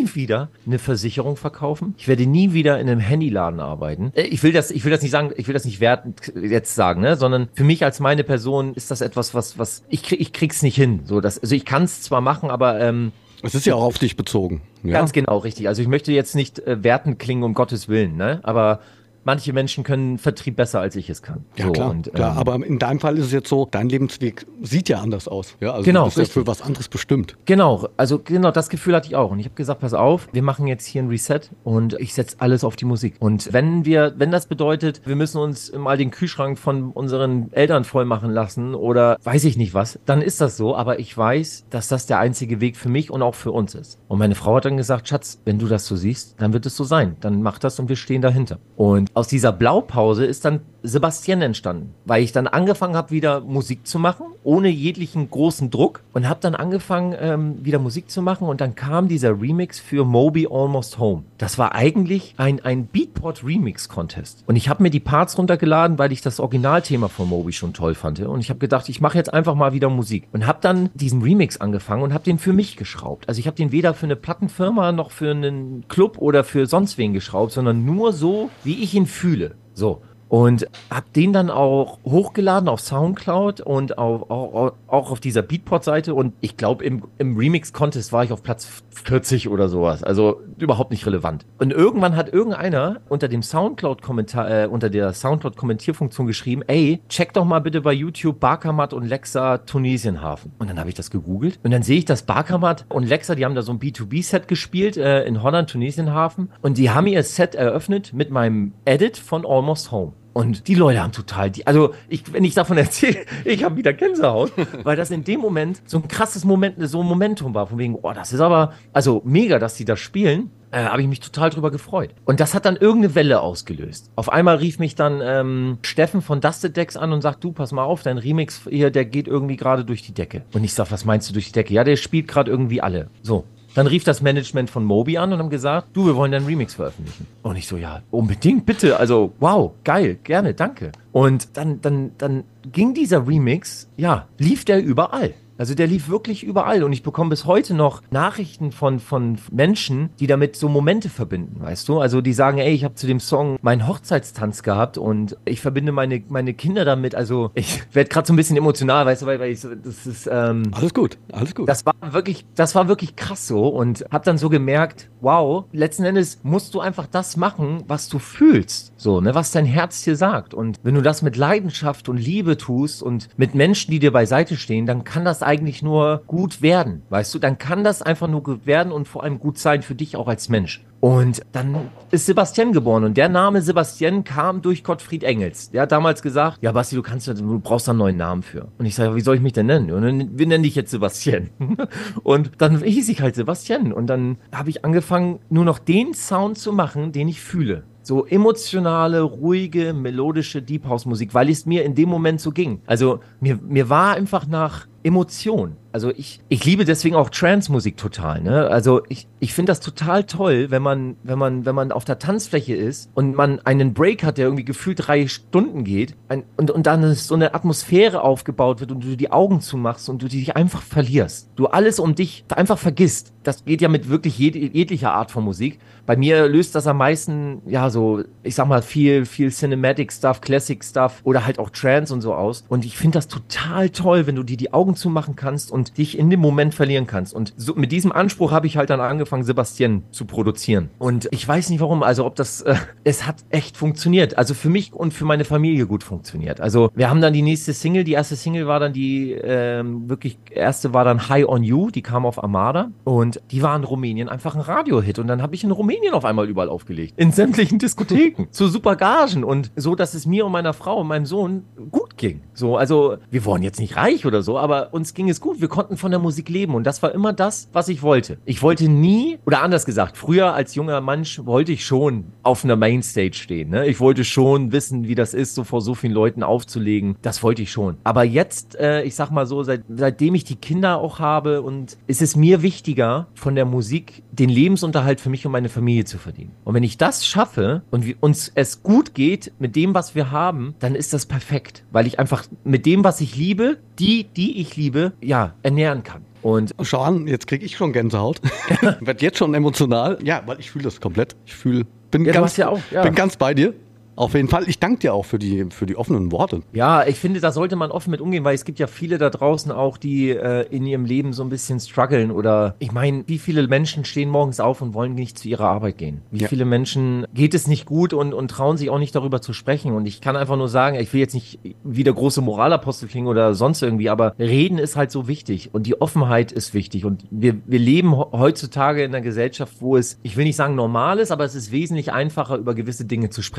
eine Versicherung verkaufen. Ich werde nie wieder in einem Handyladen arbeiten. Ich will das nicht sagen, ich will das nicht wertend jetzt sagen, ne, sondern für mich als meine Person ist das etwas, was ich krieg's nicht hin. Also ich kann es zwar machen, aber es ist ja auch auf dich bezogen. Ja? Ganz genau, richtig. Also ich möchte jetzt nicht wertend klingen, um Gottes Willen, ne, aber manche Menschen können Vertrieb besser, als ich es kann. Ja, so, klar, klar. Aber in deinem Fall ist es jetzt so, dein Lebensweg sieht ja anders aus. Ja, also genau, du bist ja für was anderes bestimmt. Genau, also genau das Gefühl hatte ich auch. Und ich habe gesagt, pass auf, wir machen jetzt hier ein Reset und ich setze alles auf die Musik. Und wenn das bedeutet, wir müssen uns mal den Kühlschrank von unseren Eltern voll machen lassen oder weiß ich nicht was, dann ist das so. Aber ich weiß, dass das der einzige Weg für mich und auch für uns ist. Und meine Frau hat dann gesagt, Schatz, wenn du das so siehst, dann wird es so sein. Dann mach das und wir stehen dahinter. Und aus dieser Blaupause ist dann Sebastian entstanden, weil ich dann angefangen habe, wieder Musik zu machen, ohne jeglichen großen Druck und habe dann angefangen, wieder Musik zu machen und dann kam dieser Remix für Moby Almost Home. Das war eigentlich ein Beatport-Remix-Contest und ich habe mir die Parts runtergeladen, weil ich das Originalthema von Moby schon toll fand und ich habe gedacht, ich mache jetzt einfach mal wieder Musik und habe dann diesen Remix angefangen und habe den für mich geschraubt. Also ich habe den weder für eine Plattenfirma noch für einen Club oder für sonst wen geschraubt, sondern nur so, wie ich ihn fühle. So. Und hab den dann auch hochgeladen auf Soundcloud und auch auf dieser Beatport-Seite. Und ich glaube, im Remix-Contest war ich auf Platz 40 oder sowas. Also überhaupt nicht relevant. Und irgendwann hat irgendeiner unter dem Soundcloud-Kommentar, unter der Soundcloud-Kommentierfunktion geschrieben, ey, check doch mal bitte bei YouTube Barkamat und Lexa Tunesienhafen. Und dann habe ich das gegoogelt. Und dann sehe ich, dass Barkamat und Lexa, die haben da so ein B2B-Set gespielt in Holland, Tunesienhafen. Und die haben ihr Set eröffnet mit meinem Edit von Almost Home. Und die Leute haben total, wenn ich davon erzähle, ich habe wieder Gänsehaut, weil das in dem Moment so ein krasses Momentum war, von wegen, oh, das ist aber, also mega, dass die das spielen, habe ich mich total drüber gefreut. Und das hat dann irgendeine Welle ausgelöst. Auf einmal rief mich dann Steffen von Dusted Decks an und sagt, du, pass mal auf, dein Remix hier, der geht irgendwie gerade durch die Decke. Und ich sag, was meinst du durch die Decke? Ja, der spielt gerade irgendwie alle. So. Dann rief das Management von Moby an und haben gesagt, du, wir wollen deinen Remix veröffentlichen. Und ich so, ja, unbedingt, bitte. Also, wow, geil, gerne, danke. Und dann ging dieser Remix, ja, lief der überall. Also der lief wirklich überall und ich bekomme bis heute noch Nachrichten von Menschen, die damit so Momente verbinden, weißt du? Also die sagen, ey, ich habe zu dem Song meinen Hochzeitstanz gehabt und ich verbinde meine Kinder damit. Also ich werde gerade so ein bisschen emotional, weißt du, weil ich so, das ist... Alles gut, alles gut. Das war wirklich krass so und habe dann so gemerkt, wow, letzten Endes musst du einfach das machen, was du fühlst, so, ne, was dein Herz dir sagt. Und wenn du das mit Leidenschaft und Liebe tust und mit Menschen, die dir beiseite stehen, dann kann das eigentlich nur gut werden, weißt du? Dann kann das einfach nur gut werden und vor allem gut sein für dich auch als Mensch. Und dann ist Sebastian geboren und der Name Sebastian kam durch Gottfried Engels. Der hat damals gesagt, ja Basti, du brauchst da einen neuen Namen für. Und ich sage, wie soll ich mich denn nennen? Und dann, wir nennen dich jetzt Sebastian. Und dann hieß ich halt Sebastian und dann habe ich angefangen, nur noch den Sound zu machen, den ich fühle. So emotionale, ruhige, melodische Deep House Musik, weil es mir in dem Moment so ging. Also mir war einfach nach Emotion. Also ich liebe deswegen auch Trance-Musik total, ne? Also ich finde das total toll, wenn man auf der Tanzfläche ist und man einen Break hat, der irgendwie gefühlt 3 Stunden geht und dann ist so eine Atmosphäre aufgebaut wird und du die Augen zumachst und du dich einfach verlierst. Du alles um dich einfach vergisst. Das geht ja mit wirklich jeglicher Art von Musik. Bei mir löst das am meisten, ja, so, ich sag mal, viel Cinematic Stuff, Classic Stuff oder halt auch Trance und so aus. Und ich finde das total toll, wenn du dir die Augen zumachen kannst und dich in dem Moment verlieren kannst. Und so, mit diesem Anspruch habe ich halt dann angefangen, Sebastian zu produzieren. Und ich weiß nicht warum, also ob das, es hat echt funktioniert. Also für mich und für meine Familie gut funktioniert. Also wir haben dann die erste Single war dann wirklich erste war dann High on You, die kam auf Armada und die war in Rumänien einfach ein Radiohit. Und dann habe ich in Rumänien auf einmal überall aufgelegt. In sämtlichen Diskotheken. Zu super Gagen und so, dass es mir und meiner Frau und meinem Sohn gut ging. So, also wir waren jetzt nicht reich oder so, aber uns ging es gut. Wir konnten von der Musik leben und das war immer das, was ich wollte. Ich wollte nie, oder anders gesagt, früher als junger Mensch wollte ich schon auf einer Mainstage stehen. Ne? Ich wollte schon wissen, wie das ist, so vor so vielen Leuten aufzulegen. Das wollte ich schon. Aber jetzt, ich sag mal so, seitdem ich die Kinder auch habe und ist es mir wichtiger, von der Musik den Lebensunterhalt für mich und meine Familie zu verdienen. Und wenn ich das schaffe und uns es gut geht mit dem, was wir haben, dann ist das perfekt. Weil ich einfach mit dem, was ich liebe, die ich liebe, ja, ernähren kann. Und schau an, jetzt kriege ich schon Gänsehaut. Werd jetzt schon emotional. Ja, weil ich fühle das komplett. Bin ganz bei dir. Auf jeden Fall. Ich danke dir auch für die offenen Worte. Ja, ich finde, da sollte man offen mit umgehen, weil es gibt ja viele da draußen auch, die in ihrem Leben so ein bisschen strugglen oder ich meine, wie viele Menschen stehen morgens auf und wollen nicht zu ihrer Arbeit gehen? Wie viele Menschen geht es nicht gut und trauen sich auch nicht darüber zu sprechen? Und ich kann einfach nur sagen, ich will jetzt nicht wie der große Moralapostel klingen oder sonst irgendwie, aber Reden ist halt so wichtig und die Offenheit ist wichtig und wir leben heutzutage in einer Gesellschaft, wo es, ich will nicht sagen normal ist, aber es ist wesentlich einfacher, über gewisse Dinge zu sprechen und dann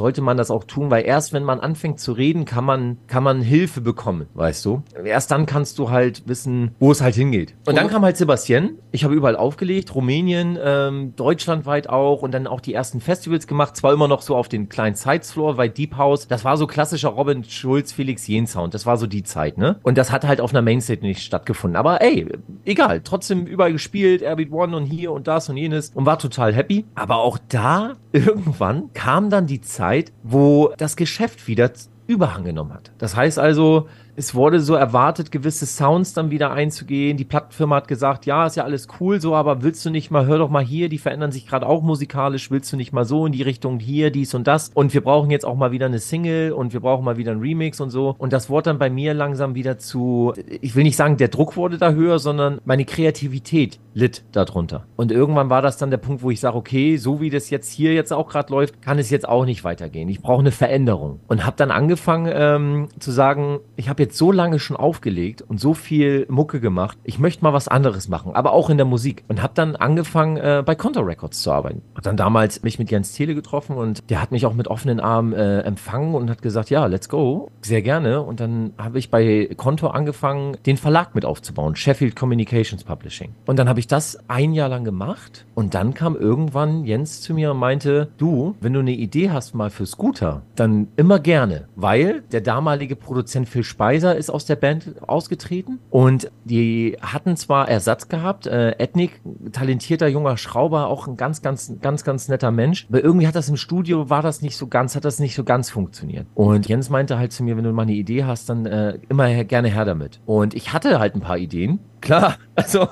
sollte man das auch tun, weil erst wenn man anfängt zu reden, kann man Hilfe bekommen, weißt du? Erst dann kannst du halt wissen, wo es halt hingeht. Und dann kam halt Sebastian. Ich habe überall aufgelegt, Rumänien, deutschlandweit auch und dann auch die ersten Festivals gemacht. Zwar immer noch so auf den kleinen Sidesfloor, bei Deep House. Das war so klassischer Robin Schulz, Felix Jähn Sound. Das war so die Zeit, ne? Und das hat halt auf einer Mainstage nicht stattgefunden. Aber ey, egal. Trotzdem überall gespielt, Airbeat One und hier und das und jenes und war total happy. Aber auch da, irgendwann kam dann die Zeit, wo das Geschäft wieder Überhang genommen hat. Das heißt also, es wurde so erwartet, gewisse Sounds dann wieder einzugehen. Die Plattenfirma hat gesagt, ja, ist ja alles cool so, aber willst du nicht mal, hör doch mal hier, die verändern sich gerade auch musikalisch, willst du nicht mal so in die Richtung hier, dies und das? Und wir brauchen jetzt auch mal wieder eine Single und wir brauchen mal wieder einen Remix und so. Und das wurde dann bei mir langsam wieder zu, ich will nicht sagen, der Druck wurde da höher, sondern meine Kreativität litt darunter. Und irgendwann war das dann der Punkt, wo ich sage, okay, so wie das jetzt hier jetzt auch gerade läuft, kann es jetzt auch nicht weitergehen. Ich brauche eine Veränderung. Und habe dann angefangen zu sagen, ich habe jetzt so lange schon aufgelegt und so viel Mucke gemacht, ich möchte mal was anderes machen, aber auch in der Musik. Und habe dann angefangen, bei Konto Records zu arbeiten. Hab dann damals mich mit Jens Thiele getroffen und der hat mich auch mit offenen Armen empfangen und hat gesagt, ja, let's go, sehr gerne. Und dann habe ich bei Konto angefangen, den Verlag mit aufzubauen, Sheffield Communications Publishing. Und dann habe ich das ein Jahr lang gemacht und dann kam irgendwann Jens zu mir und meinte, du, wenn du eine Idee hast mal für Scooter, dann immer gerne, weil der damalige Produzent Phil Speiser ist aus der Band ausgetreten und die hatten zwar Ersatz gehabt, Ethnik, talentierter junger Schrauber, auch ein ganz netter Mensch, aber irgendwie hat das im Studio, hat das nicht so ganz funktioniert. Und Jens meinte halt zu mir, wenn du mal eine Idee hast, dann immer gerne her damit. Und ich hatte halt ein paar Ideen. Klar, also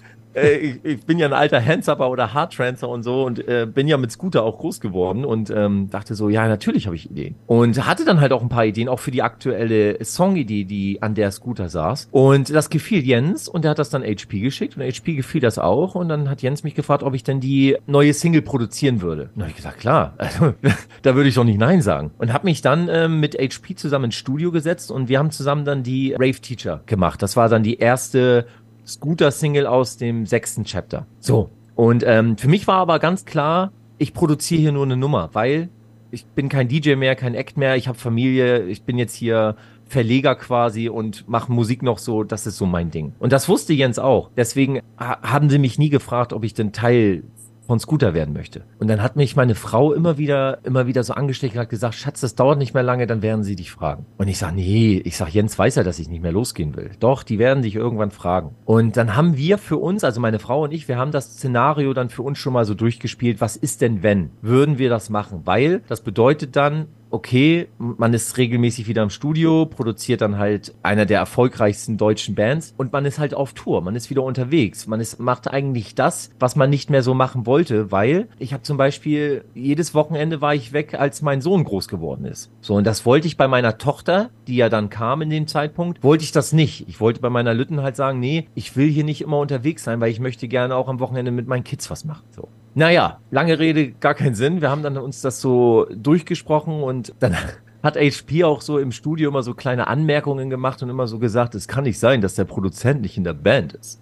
ich bin ja ein alter Handsupper oder Hardtrancer und so und bin ja mit Scooter auch groß geworden und dachte so, ja, natürlich habe ich Ideen. Und hatte dann halt auch ein paar Ideen, auch für die aktuelle Songidee, die an der Scooter saß. Und das gefiel Jens und der hat das dann HP geschickt und HP gefiel das auch und dann hat Jens mich gefragt, ob ich denn die neue Single produzieren würde. Und da habe ich gesagt, klar, also, da würde ich doch nicht Nein sagen. Und habe mich dann mit HP zusammen ins Studio gesetzt und wir haben zusammen dann die Rave Teacher gemacht. Das war dann die erste Scooter-Single aus dem 6. Chapter. So. Und für mich war aber ganz klar, ich produziere hier nur eine Nummer, weil ich bin kein DJ mehr, kein Act mehr, ich habe Familie, ich bin jetzt hier Verleger quasi und mache Musik noch so, das ist so mein Ding. Und das wusste Jens auch. Deswegen haben sie mich nie gefragt, ob ich denn Teil von Scooter werden möchte. Und dann hat mich meine Frau immer wieder so angesteckt und hat gesagt, Schatz, das dauert nicht mehr lange, dann werden sie dich fragen. Und ich sage, nee, Jens weiß ja, dass ich nicht mehr losgehen will. Doch, die werden dich irgendwann fragen. Und dann haben wir für uns, also meine Frau und ich, wir haben das Szenario dann für uns schon mal so durchgespielt, was ist denn, wenn? Würden wir das machen? Weil das bedeutet dann, okay, man ist regelmäßig wieder im Studio, produziert dann halt einer der erfolgreichsten deutschen Bands und man ist halt auf Tour, man ist wieder unterwegs. Macht eigentlich das, was man nicht mehr so machen wollte, weil ich habe zum Beispiel, jedes Wochenende war ich weg, als mein Sohn groß geworden ist. So, und das wollte ich bei meiner Tochter, die ja dann kam in dem Zeitpunkt, wollte ich das nicht. Ich wollte bei meiner Lütten halt sagen, nee, ich will hier nicht immer unterwegs sein, weil ich möchte gerne auch am Wochenende mit meinen Kids was machen. So. Naja, lange Rede, gar keinen Sinn. Wir haben dann uns das so durchgesprochen und dann hat HP auch so im Studio immer so kleine Anmerkungen gemacht und immer so gesagt, es kann nicht sein, dass der Produzent nicht in der Band ist.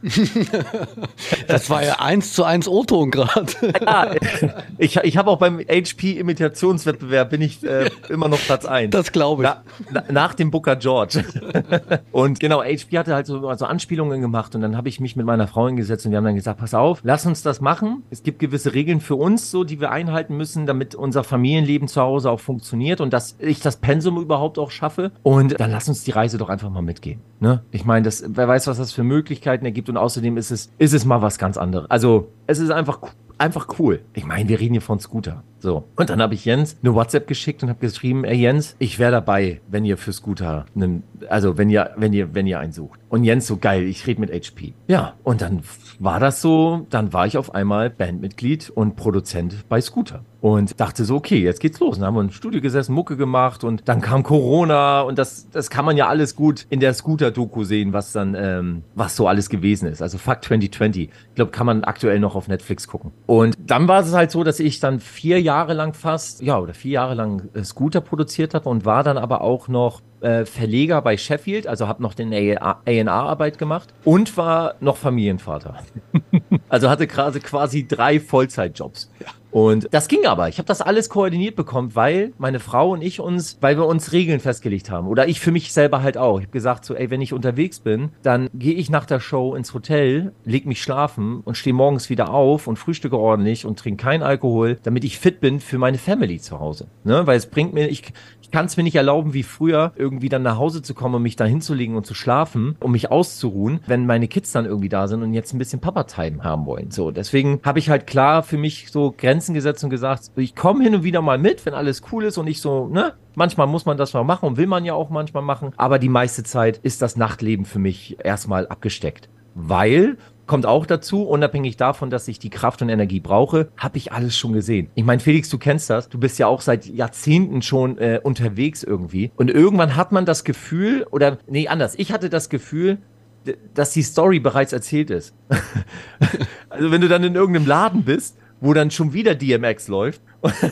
Das war ja 1:1 O-Ton gerade. Ja, ich habe auch beim HP-Imitationswettbewerb bin ich immer noch Platz 1. Das glaube ich. Nach dem Booker George. Und genau, HP hatte halt so Anspielungen gemacht und dann habe ich mich mit meiner Frau hingesetzt und wir haben dann gesagt, pass auf, lass uns das machen. Es gibt gewisse Regeln für uns, so die wir einhalten müssen, damit unser Familienleben zu Hause auch funktioniert und dass ich das Pensum überhaupt auch schaffe. Und dann lass uns die Reise doch einfach mal mitgehen. Ne? Ich meine, wer weiß, was das für Möglichkeiten ergibt und außerdem ist es mal was ganz anderes. Also es ist einfach cool. Ich meine, wir reden hier von Scooter. So. Und dann habe ich Jens eine WhatsApp geschickt und habe geschrieben, ey Jens, ich wäre dabei, wenn ihr für Scooter, wenn ihr einen sucht. Und Jens so, geil, ich rede mit HP. Ja, und dann war das so, dann war ich auf einmal Bandmitglied und Produzent bei Scooter. Und dachte so, okay, jetzt geht's los. Dann haben wir im Studio gesessen, Mucke gemacht und dann kam Corona und das kann man ja alles gut in der Scooter-Doku sehen, was so alles gewesen ist. Also Fuck 2020. Ich glaube, kann man aktuell noch auf Netflix gucken. Und dann war es halt so, dass ich dann 4 Jahre lang Scooter produziert habe und war dann aber auch noch Verleger bei Sheffield, also habe noch den A&R-Arbeit gemacht und war noch Familienvater. Also hatte quasi 3 Vollzeitjobs. Ja. Und das ging aber. Ich habe das alles koordiniert bekommen, weil meine Frau und weil wir uns Regeln festgelegt haben. Oder ich für mich selber halt auch. Ich habe gesagt so, ey, wenn ich unterwegs bin, dann gehe ich nach der Show ins Hotel, leg mich schlafen und stehe morgens wieder auf und frühstücke ordentlich und trinke keinen Alkohol, damit ich fit bin für meine Family zu Hause. Ne? Weil es bringt mir, ich kann es mir nicht erlauben, wie früher irgendwie dann nach Hause zu kommen und mich da hinzulegen und zu schlafen, um mich auszuruhen, wenn meine Kids dann irgendwie da sind und jetzt ein bisschen Papa-Time haben wollen. So, deswegen habe ich halt klar für mich so Grenzen gesetzt und gesagt, ich komme hin und wieder mal mit, wenn alles cool ist und ich so, ne? Manchmal muss man das mal machen und will man ja auch manchmal machen, aber die meiste Zeit ist das Nachtleben für mich erstmal abgesteckt. Weil, kommt auch dazu, unabhängig davon, dass ich die Kraft und Energie brauche, habe ich alles schon gesehen. Ich meine, Felix, du kennst das. Du bist ja auch seit Jahrzehnten schon unterwegs irgendwie. Und irgendwann hat man das Gefühl, oder nee, anders. Ich hatte das Gefühl, dass die Story bereits erzählt ist. Also wenn du dann in irgendeinem Laden bist, wo dann schon wieder DMX läuft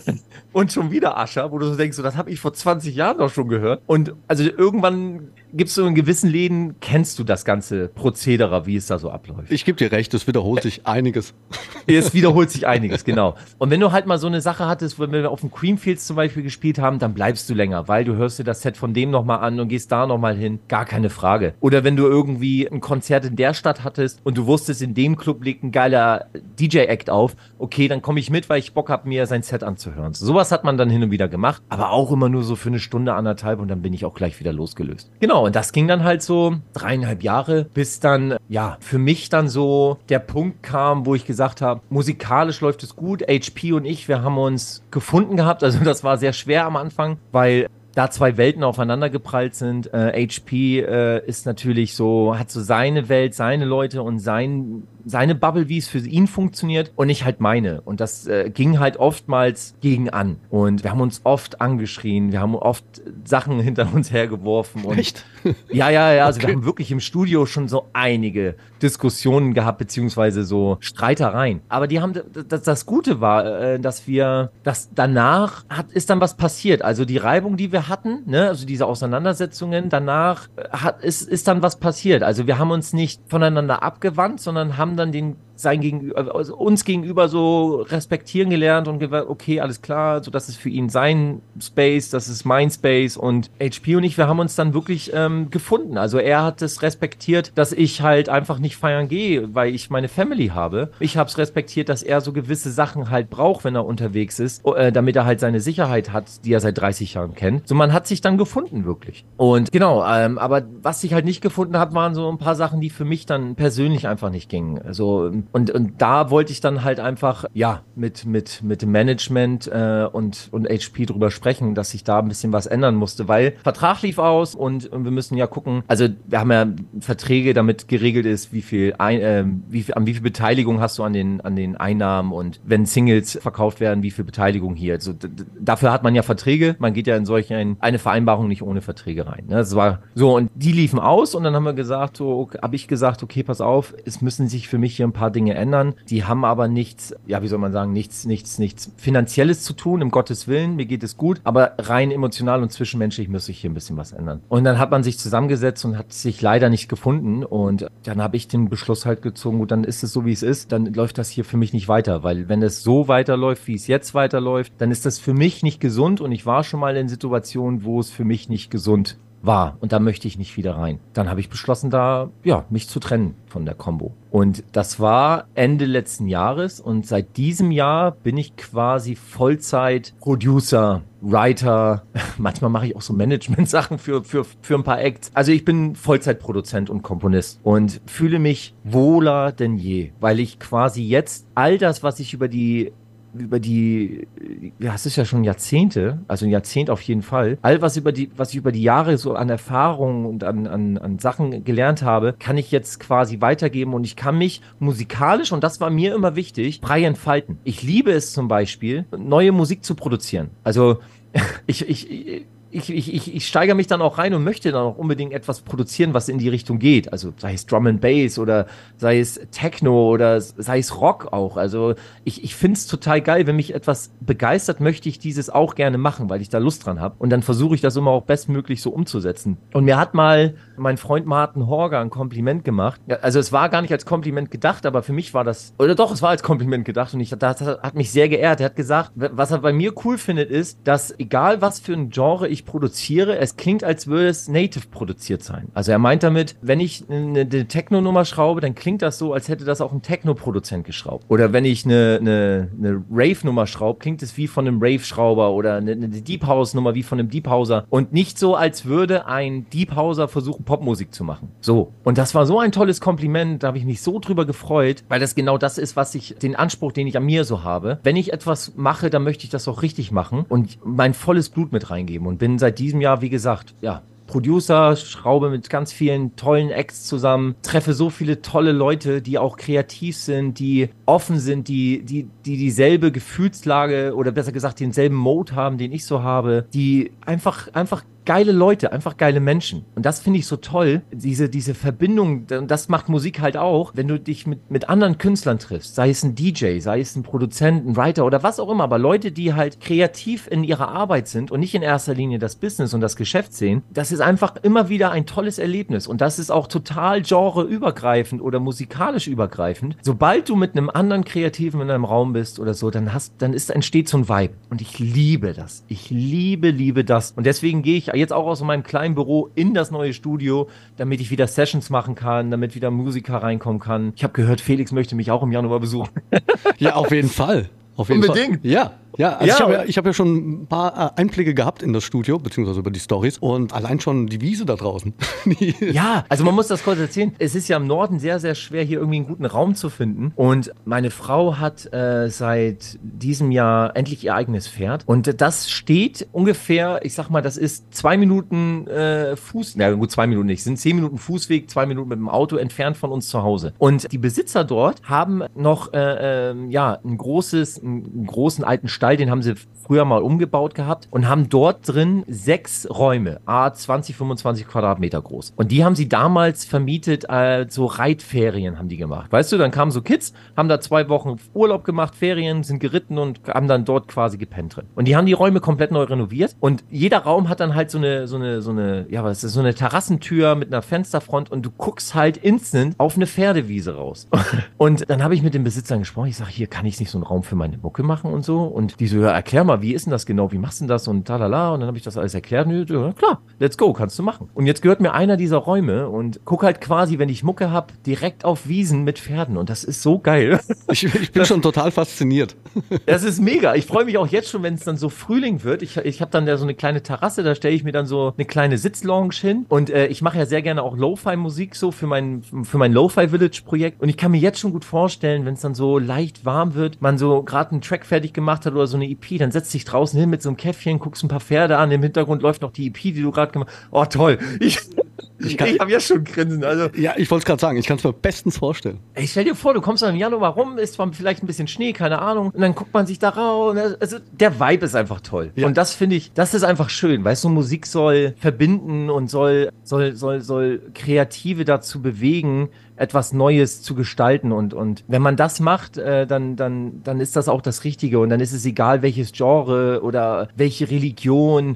und schon wieder Usher, wo du so denkst, so, das habe ich vor 20 Jahren doch schon gehört. Und also irgendwann gibst du in gewissen Läden, kennst du das ganze Prozedere, wie es da so abläuft. Ich gebe dir recht, es wiederholt sich einiges. Es wiederholt sich einiges, genau. Und wenn du halt mal so eine Sache hattest, wenn wir auf dem Creamfields zum Beispiel gespielt haben, dann bleibst du länger, weil du hörst dir das Set von dem nochmal an und gehst da nochmal hin. Gar keine Frage. Oder wenn du irgendwie ein Konzert in der Stadt hattest und du wusstest, in dem Club legt ein geiler DJ-Act auf, okay, dann komme ich mit, weil ich Bock habe, mir sein Set anzuhören. Sowas hat man dann hin und wieder gemacht, aber auch immer nur so für eine Stunde, anderthalb und dann bin ich auch gleich wieder losgelöst. Genau, und das ging dann halt so 3,5 Jahre, bis dann, ja, für mich dann so der Punkt kam, wo ich gesagt habe, musikalisch läuft es gut, HP und ich, wir haben uns gefunden gehabt, also das war sehr schwer am Anfang, weil da zwei Welten aufeinander geprallt sind. HP ist natürlich so, hat so seine Welt, seine Leute und seine Bubble, wie es für ihn funktioniert und ich halt meine. Und das ging halt oftmals gegen an. Und wir haben uns oft angeschrien, wir haben oft Sachen hinter uns hergeworfen. Und echt? Ja, also okay. Wir haben wirklich im Studio schon so einige Diskussionen gehabt, beziehungsweise so Streitereien. Aber die haben, das Gute war, dass danach ist dann was passiert. Also die Reibung, die wir hatten, ne, also diese Auseinandersetzungen, danach ist dann was passiert. Also wir haben uns nicht voneinander abgewandt, sondern haben dann uns gegenüber so respektieren gelernt und gesagt, okay, alles klar, so das ist für ihn sein Space, das ist mein Space und HP und ich, wir haben uns dann wirklich gefunden. Also er hat es respektiert, dass ich halt einfach nicht feiern gehe, weil ich meine Family habe. Ich habe es respektiert, dass er so gewisse Sachen halt braucht, wenn er unterwegs ist, damit er halt seine Sicherheit hat, die er seit 30 Jahren kennt. So, man hat sich dann gefunden, wirklich. Und genau, aber was ich halt nicht gefunden habe, waren so ein paar Sachen, die für mich dann persönlich einfach nicht gingen. Also und da wollte ich dann halt einfach, ja, mit dem Management und HP drüber sprechen, dass sich da ein bisschen was ändern musste, weil Vertrag lief aus und wir müssen ja gucken, also wir haben ja Verträge, damit geregelt ist, wie viel Beteiligung hast du an den Einnahmen und wenn Singles verkauft werden, wie viel Beteiligung hier. Also dafür hat man ja Verträge, man geht ja in solch eine Vereinbarung nicht ohne Verträge rein. Ne? Das war so und die liefen aus und dann haben wir gesagt, habe ich gesagt, okay, pass auf, es müssen sich für mich hier ein paar Dinge ändern. Die haben aber nichts, ja, wie soll man sagen, nichts Finanzielles zu tun, um Gottes Willen, mir geht es gut, aber rein emotional und zwischenmenschlich muss sich hier ein bisschen was ändern. Und dann hat man sich zusammengesetzt und hat sich leider nicht gefunden und dann habe ich den Beschluss halt gezogen, gut, dann ist es so, wie es ist, dann läuft das hier für mich nicht weiter, weil wenn es so weiterläuft, wie es jetzt weiterläuft, dann ist das für mich nicht gesund und ich war schon mal in Situationen, wo es für mich nicht gesund war und da möchte ich nicht wieder rein. Dann habe ich beschlossen, mich zu trennen von der Combo. Und das war Ende letzten Jahres und seit diesem Jahr bin ich quasi Vollzeit Producer, Writer, manchmal mache ich auch so Management-Sachen für ein paar Acts. Also ich bin Vollzeitproduzent und Komponist und fühle mich wohler denn je, weil ich quasi jetzt all das, was ich es ist ja schon Jahrzehnte, also ein Jahrzehnt auf jeden Fall. Was ich über die Jahre so an Erfahrungen und an Sachen gelernt habe, kann ich jetzt quasi weitergeben und ich kann mich musikalisch, und das war mir immer wichtig, frei entfalten. Ich liebe es zum Beispiel, neue Musik zu produzieren. Also ich steigere mich dann auch rein und möchte dann auch unbedingt etwas produzieren, was in die Richtung geht. Also sei es Drum and Bass oder sei es Techno oder sei es Rock auch. Also ich finde es total geil, wenn mich etwas begeistert, möchte ich dieses auch gerne machen, weil ich da Lust dran habe. Und dann versuche ich das immer auch bestmöglich so umzusetzen. Und mir hat mal mein Freund Martin Horger ein Kompliment gemacht. Ja, also es war gar nicht als Kompliment gedacht, aber für mich war das, oder doch, es war als Kompliment gedacht und das hat mich sehr geehrt. Er hat gesagt, was er bei mir cool findet, ist, dass egal was für ein Genre ich produziere, es klingt, als würde es native produziert sein. Also er meint damit, wenn ich eine Techno-Nummer schraube, dann klingt das so, als hätte das auch ein Techno-Produzent geschraubt. Oder wenn ich eine Rave-Nummer schraube, klingt es wie von einem Rave-Schrauber oder eine Deep House-Nummer wie von einem Deep Houser. Und nicht so, als würde ein Deep Houser versuchen, Popmusik zu machen. So. Und das war so ein tolles Kompliment, da habe ich mich so drüber gefreut, weil das genau das ist, den Anspruch, den ich an mir so habe. Wenn ich etwas mache, dann möchte ich das auch richtig machen und mein volles Blut mit reingeben und bin seit diesem Jahr, wie gesagt, ja, Producer, schraube mit ganz vielen tollen Acts zusammen, treffe so viele tolle Leute, die auch kreativ sind, die offen sind, die dieselbe Gefühlslage oder besser gesagt denselben Mode haben, den ich so habe, die einfach geile Leute, einfach geile Menschen. Und das finde ich so toll, diese Verbindung, das macht Musik halt auch, wenn du dich mit anderen Künstlern triffst, sei es ein DJ, sei es ein Produzent, ein Writer oder was auch immer, aber Leute, die halt kreativ in ihrer Arbeit sind und nicht in erster Linie das Business und das Geschäft sehen, das ist einfach immer wieder ein tolles Erlebnis und das ist auch total genreübergreifend oder musikalisch übergreifend. Sobald du mit einem anderen Kreativen in einem Raum bist oder so, dann entsteht so ein Vibe und ich liebe das. Ich liebe das und deswegen gehe ich jetzt auch aus meinem kleinen Büro in das neue Studio, damit ich wieder Sessions machen kann, damit wieder Musiker reinkommen kann. Ich habe gehört, Felix möchte mich auch im Januar besuchen. Ja, auf jeden Fall. Unbedingt. Fall. Ja, also ich habe ja schon ein paar Einblicke gehabt in das Studio, beziehungsweise über die Stories und allein schon die Wiese da draußen. Ja, also man muss das kurz erzählen. Es ist ja im Norden sehr, sehr schwer, hier irgendwie einen guten Raum zu finden und meine Frau hat seit diesem Jahr endlich ihr eigenes Pferd und das steht ungefähr, ich sag mal, das ist 2 Minuten Fuß, na gut, 2 Minuten nicht, sind 10 Minuten Fußweg, 2 Minuten mit dem Auto entfernt von uns zu Hause. Und die Besitzer dort haben noch einen großen alten Stall, den haben sie früher mal umgebaut gehabt und haben dort drin 6 Räume, 20, 25 Quadratmeter groß. Und die haben sie damals vermietet, so Reitferien haben die gemacht. Weißt du, dann kamen so Kids, haben da 2 Wochen Urlaub gemacht, Ferien, sind geritten und haben dann dort quasi gepennt drin. Und die haben die Räume komplett neu renoviert und jeder Raum hat dann halt so eine Terrassentür mit einer Fensterfront und du guckst halt instant auf eine Pferdewiese raus. Und dann habe ich mit den Besitzern gesprochen, ich sage, hier kann ich nicht so einen Raum für meine Mucke machen und so. Und die so, ja, erklär mal, wie ist denn das genau, wie machst du denn das und talala. Und dann habe ich das alles erklärt und ja, klar, let's go, kannst du machen. Und jetzt gehört mir einer dieser Räume und guck halt quasi, wenn ich Mucke habe, direkt auf Wiesen mit Pferden und das ist so geil. Ich bin schon total fasziniert. Das ist mega. Ich freue mich auch jetzt schon, wenn es dann so Frühling wird. Ich habe dann da so eine kleine Terrasse, da stelle ich mir dann so eine kleine Sitzlounge hin und ich mache ja sehr gerne auch Lo-Fi-Musik so für mein Lo-Fi-Village-Projekt und ich kann mir jetzt schon gut vorstellen, wenn es dann so leicht warm wird, man so gerade einen Track fertig gemacht hat oder so eine EP, dann setzt dich draußen hin mit so einem Käffchen, guckst ein paar Pferde an, im Hintergrund läuft noch die EP, die du gerade gemacht hast. Oh, toll. Ich habe jetzt schon Grinsen. Also, ja, ich wollte es gerade sagen, ich kann es mir bestens vorstellen. Ey, stell dir vor, du kommst dann im Januar rum, ist zwar vielleicht ein bisschen Schnee, keine Ahnung, und dann guckt man sich da raus. Also der Vibe ist einfach toll. Ja. Und das finde ich, das ist einfach schön. Weißt du, Musik soll verbinden und soll Kreative dazu bewegen, etwas Neues zu gestalten und wenn man das macht, dann ist das auch das Richtige und dann ist es egal, welches Genre oder welche Religion,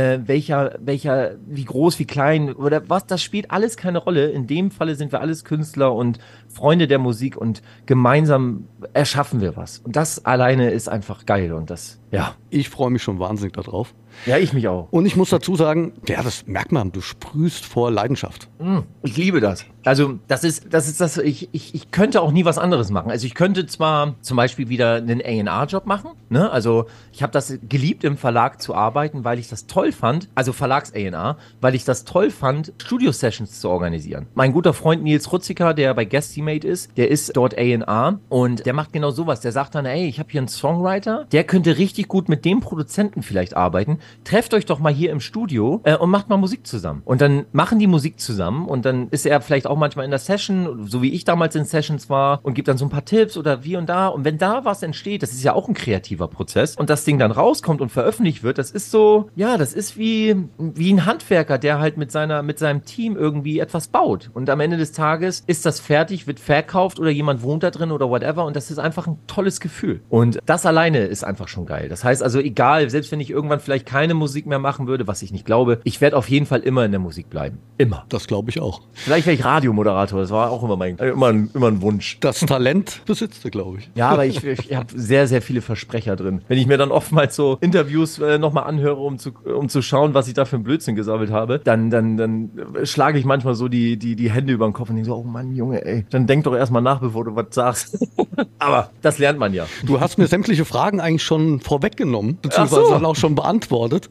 wie groß, wie klein oder was, das spielt alles keine Rolle. In dem Falle sind wir alles Künstler und Freunde der Musik und gemeinsam erschaffen wir was. Und das alleine ist einfach geil und das, ja. Ich freue mich schon wahnsinnig darauf. Ja, ich mich auch. Und ich muss dazu sagen, ja, das merkt man, du sprühst vor Leidenschaft. Ich liebe das. Also, das ist das, ich könnte auch nie was anderes machen. Also, ich könnte zwar zum Beispiel wieder einen A&R-Job machen, ne? Also, ich habe das geliebt, im Verlag zu arbeiten, weil ich das toll fand, also Verlags-A&R, weil ich das toll fand, Studio-Sessions zu organisieren. Mein guter Freund Nils Rutziker, der bei Guest Team Teammate ist, der ist dort A&R und der macht genau sowas. Der sagt dann, ey, ich habe hier einen Songwriter, der könnte richtig gut mit dem Produzenten vielleicht arbeiten. Trefft euch doch mal hier im Studio und macht mal Musik zusammen. Und dann machen die Musik zusammen und dann ist er vielleicht auch manchmal in der Session, so wie ich damals in Sessions war und gibt dann so ein paar Tipps oder wie und da. Und wenn da was entsteht, das ist ja auch ein kreativer Prozess und das Ding dann rauskommt und veröffentlicht wird, das ist so, ja, das ist wie ein Handwerker, der halt mit seinem Team irgendwie etwas baut. Und am Ende des Tages ist das fertig, wird verkauft oder jemand wohnt da drin oder whatever und das ist einfach ein tolles Gefühl. Und das alleine ist einfach schon geil. Das heißt also, egal, selbst wenn ich irgendwann vielleicht keine Musik mehr machen würde, was ich nicht glaube, ich werde auf jeden Fall immer in der Musik bleiben. Immer. Das glaube ich auch. Vielleicht wäre ich Radiomoderator, das war auch immer ein Wunsch. Das Talent besitzt du, glaube ich. Ja, aber ich habe sehr, sehr viele Versprecher drin. Wenn ich mir dann oftmals so Interviews nochmal anhöre, um zu schauen, was ich da für einen Blödsinn gesammelt habe, dann schlage ich manchmal so die Hände über den Kopf und denke so, oh Mann, Junge, ey, dann denk doch erstmal nach, bevor du was sagst. Aber das lernt man ja. Du hast mir sämtliche Fragen eigentlich schon vorweggenommen, beziehungsweise dann auch schon beantwortet.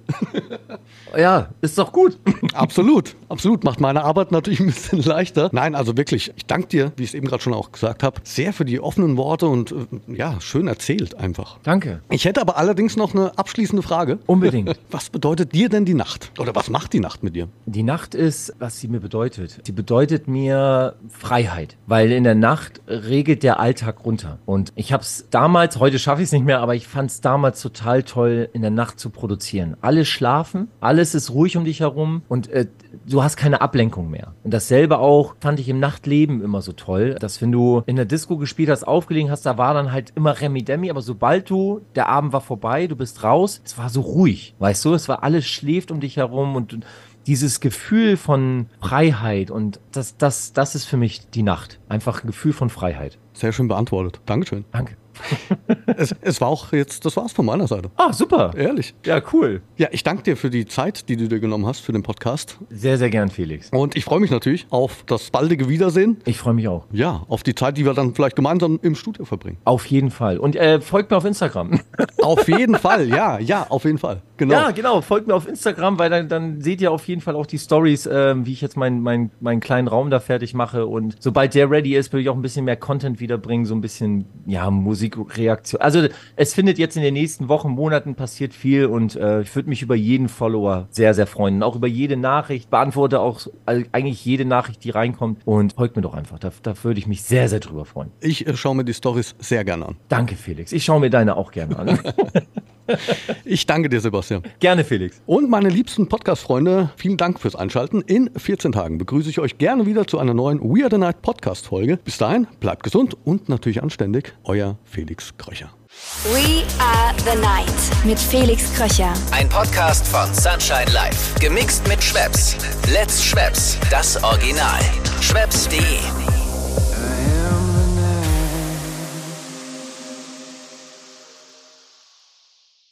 Ja, ist doch gut. Absolut, absolut. Macht meine Arbeit natürlich ein bisschen leichter. Nein, also wirklich, ich danke dir, wie ich es eben gerade schon auch gesagt habe, sehr für die offenen Worte und ja, schön erzählt einfach. Danke. Ich hätte aber allerdings noch eine abschließende Frage. Unbedingt. Was bedeutet dir denn die Nacht? Oder was macht die Nacht mit dir? Die Nacht ist, was sie mir bedeutet. Sie bedeutet mir Freiheit, weil in der Nacht regelt der Alltag runter. Und ich habe es damals, heute schaffe ich es nicht mehr, aber ich fand es damals total toll, in der Nacht zu produzieren. Alle schlafen, alles ist ruhig um dich herum und du hast keine Ablenkung mehr. Und dasselbe auch fand ich im Nachtleben immer so toll, dass wenn du in der Disco gespielt hast, aufgelegen hast, da war dann halt immer Remi-Demi, aber sobald der Abend war vorbei, du bist raus, es war so ruhig, weißt du, es war alles schläft um dich herum und dieses Gefühl von Freiheit und das ist für mich die Nacht. Einfach ein Gefühl von Freiheit. Sehr schön beantwortet. Dankeschön. Danke. Es war auch jetzt, das war's von meiner Seite. Ah, super. Ehrlich. Ja, cool. Ja, ich danke dir für die Zeit, die du dir genommen hast für den Podcast. Sehr, sehr gern, Felix. Und ich freue mich natürlich auf das baldige Wiedersehen. Ich freue mich auch. Ja, auf die Zeit, die wir dann vielleicht gemeinsam im Studio verbringen. Auf jeden Fall. Und folgt mir auf Instagram. Auf jeden Fall, ja, auf jeden Fall. Genau. Ja, genau. Folgt mir auf Instagram, weil dann seht ihr auf jeden Fall auch die Stories, wie ich jetzt meinen kleinen Raum da fertig mache. Und sobald der ready ist, will ich auch ein bisschen mehr Content wiederbringen, so ein bisschen, ja, Musikreaktion. Also es findet jetzt in den nächsten Wochen, Monaten passiert viel und ich würde mich über jeden Follower sehr, sehr freuen. Und auch über jede Nachricht, beantworte auch eigentlich jede Nachricht, die reinkommt und folgt mir doch einfach. Da würde ich mich sehr, sehr drüber freuen. Ich schaue mir die Stories sehr gerne an. Danke, Felix. Ich schaue mir deine auch gerne an. Ich danke dir, Sebastian. Gerne, Felix. Und meine liebsten Podcast-Freunde, vielen Dank fürs Einschalten. In 14 Tagen begrüße ich euch gerne wieder zu einer neuen We Are The Night Podcast-Folge. Bis dahin, bleibt gesund und natürlich anständig. Euer Felix Kröcher. We Are The Night mit Felix Kröcher. Ein Podcast von Sunshine Life. Gemixt mit Schweppes. Let's Schweppes, das Original. Schweppes.de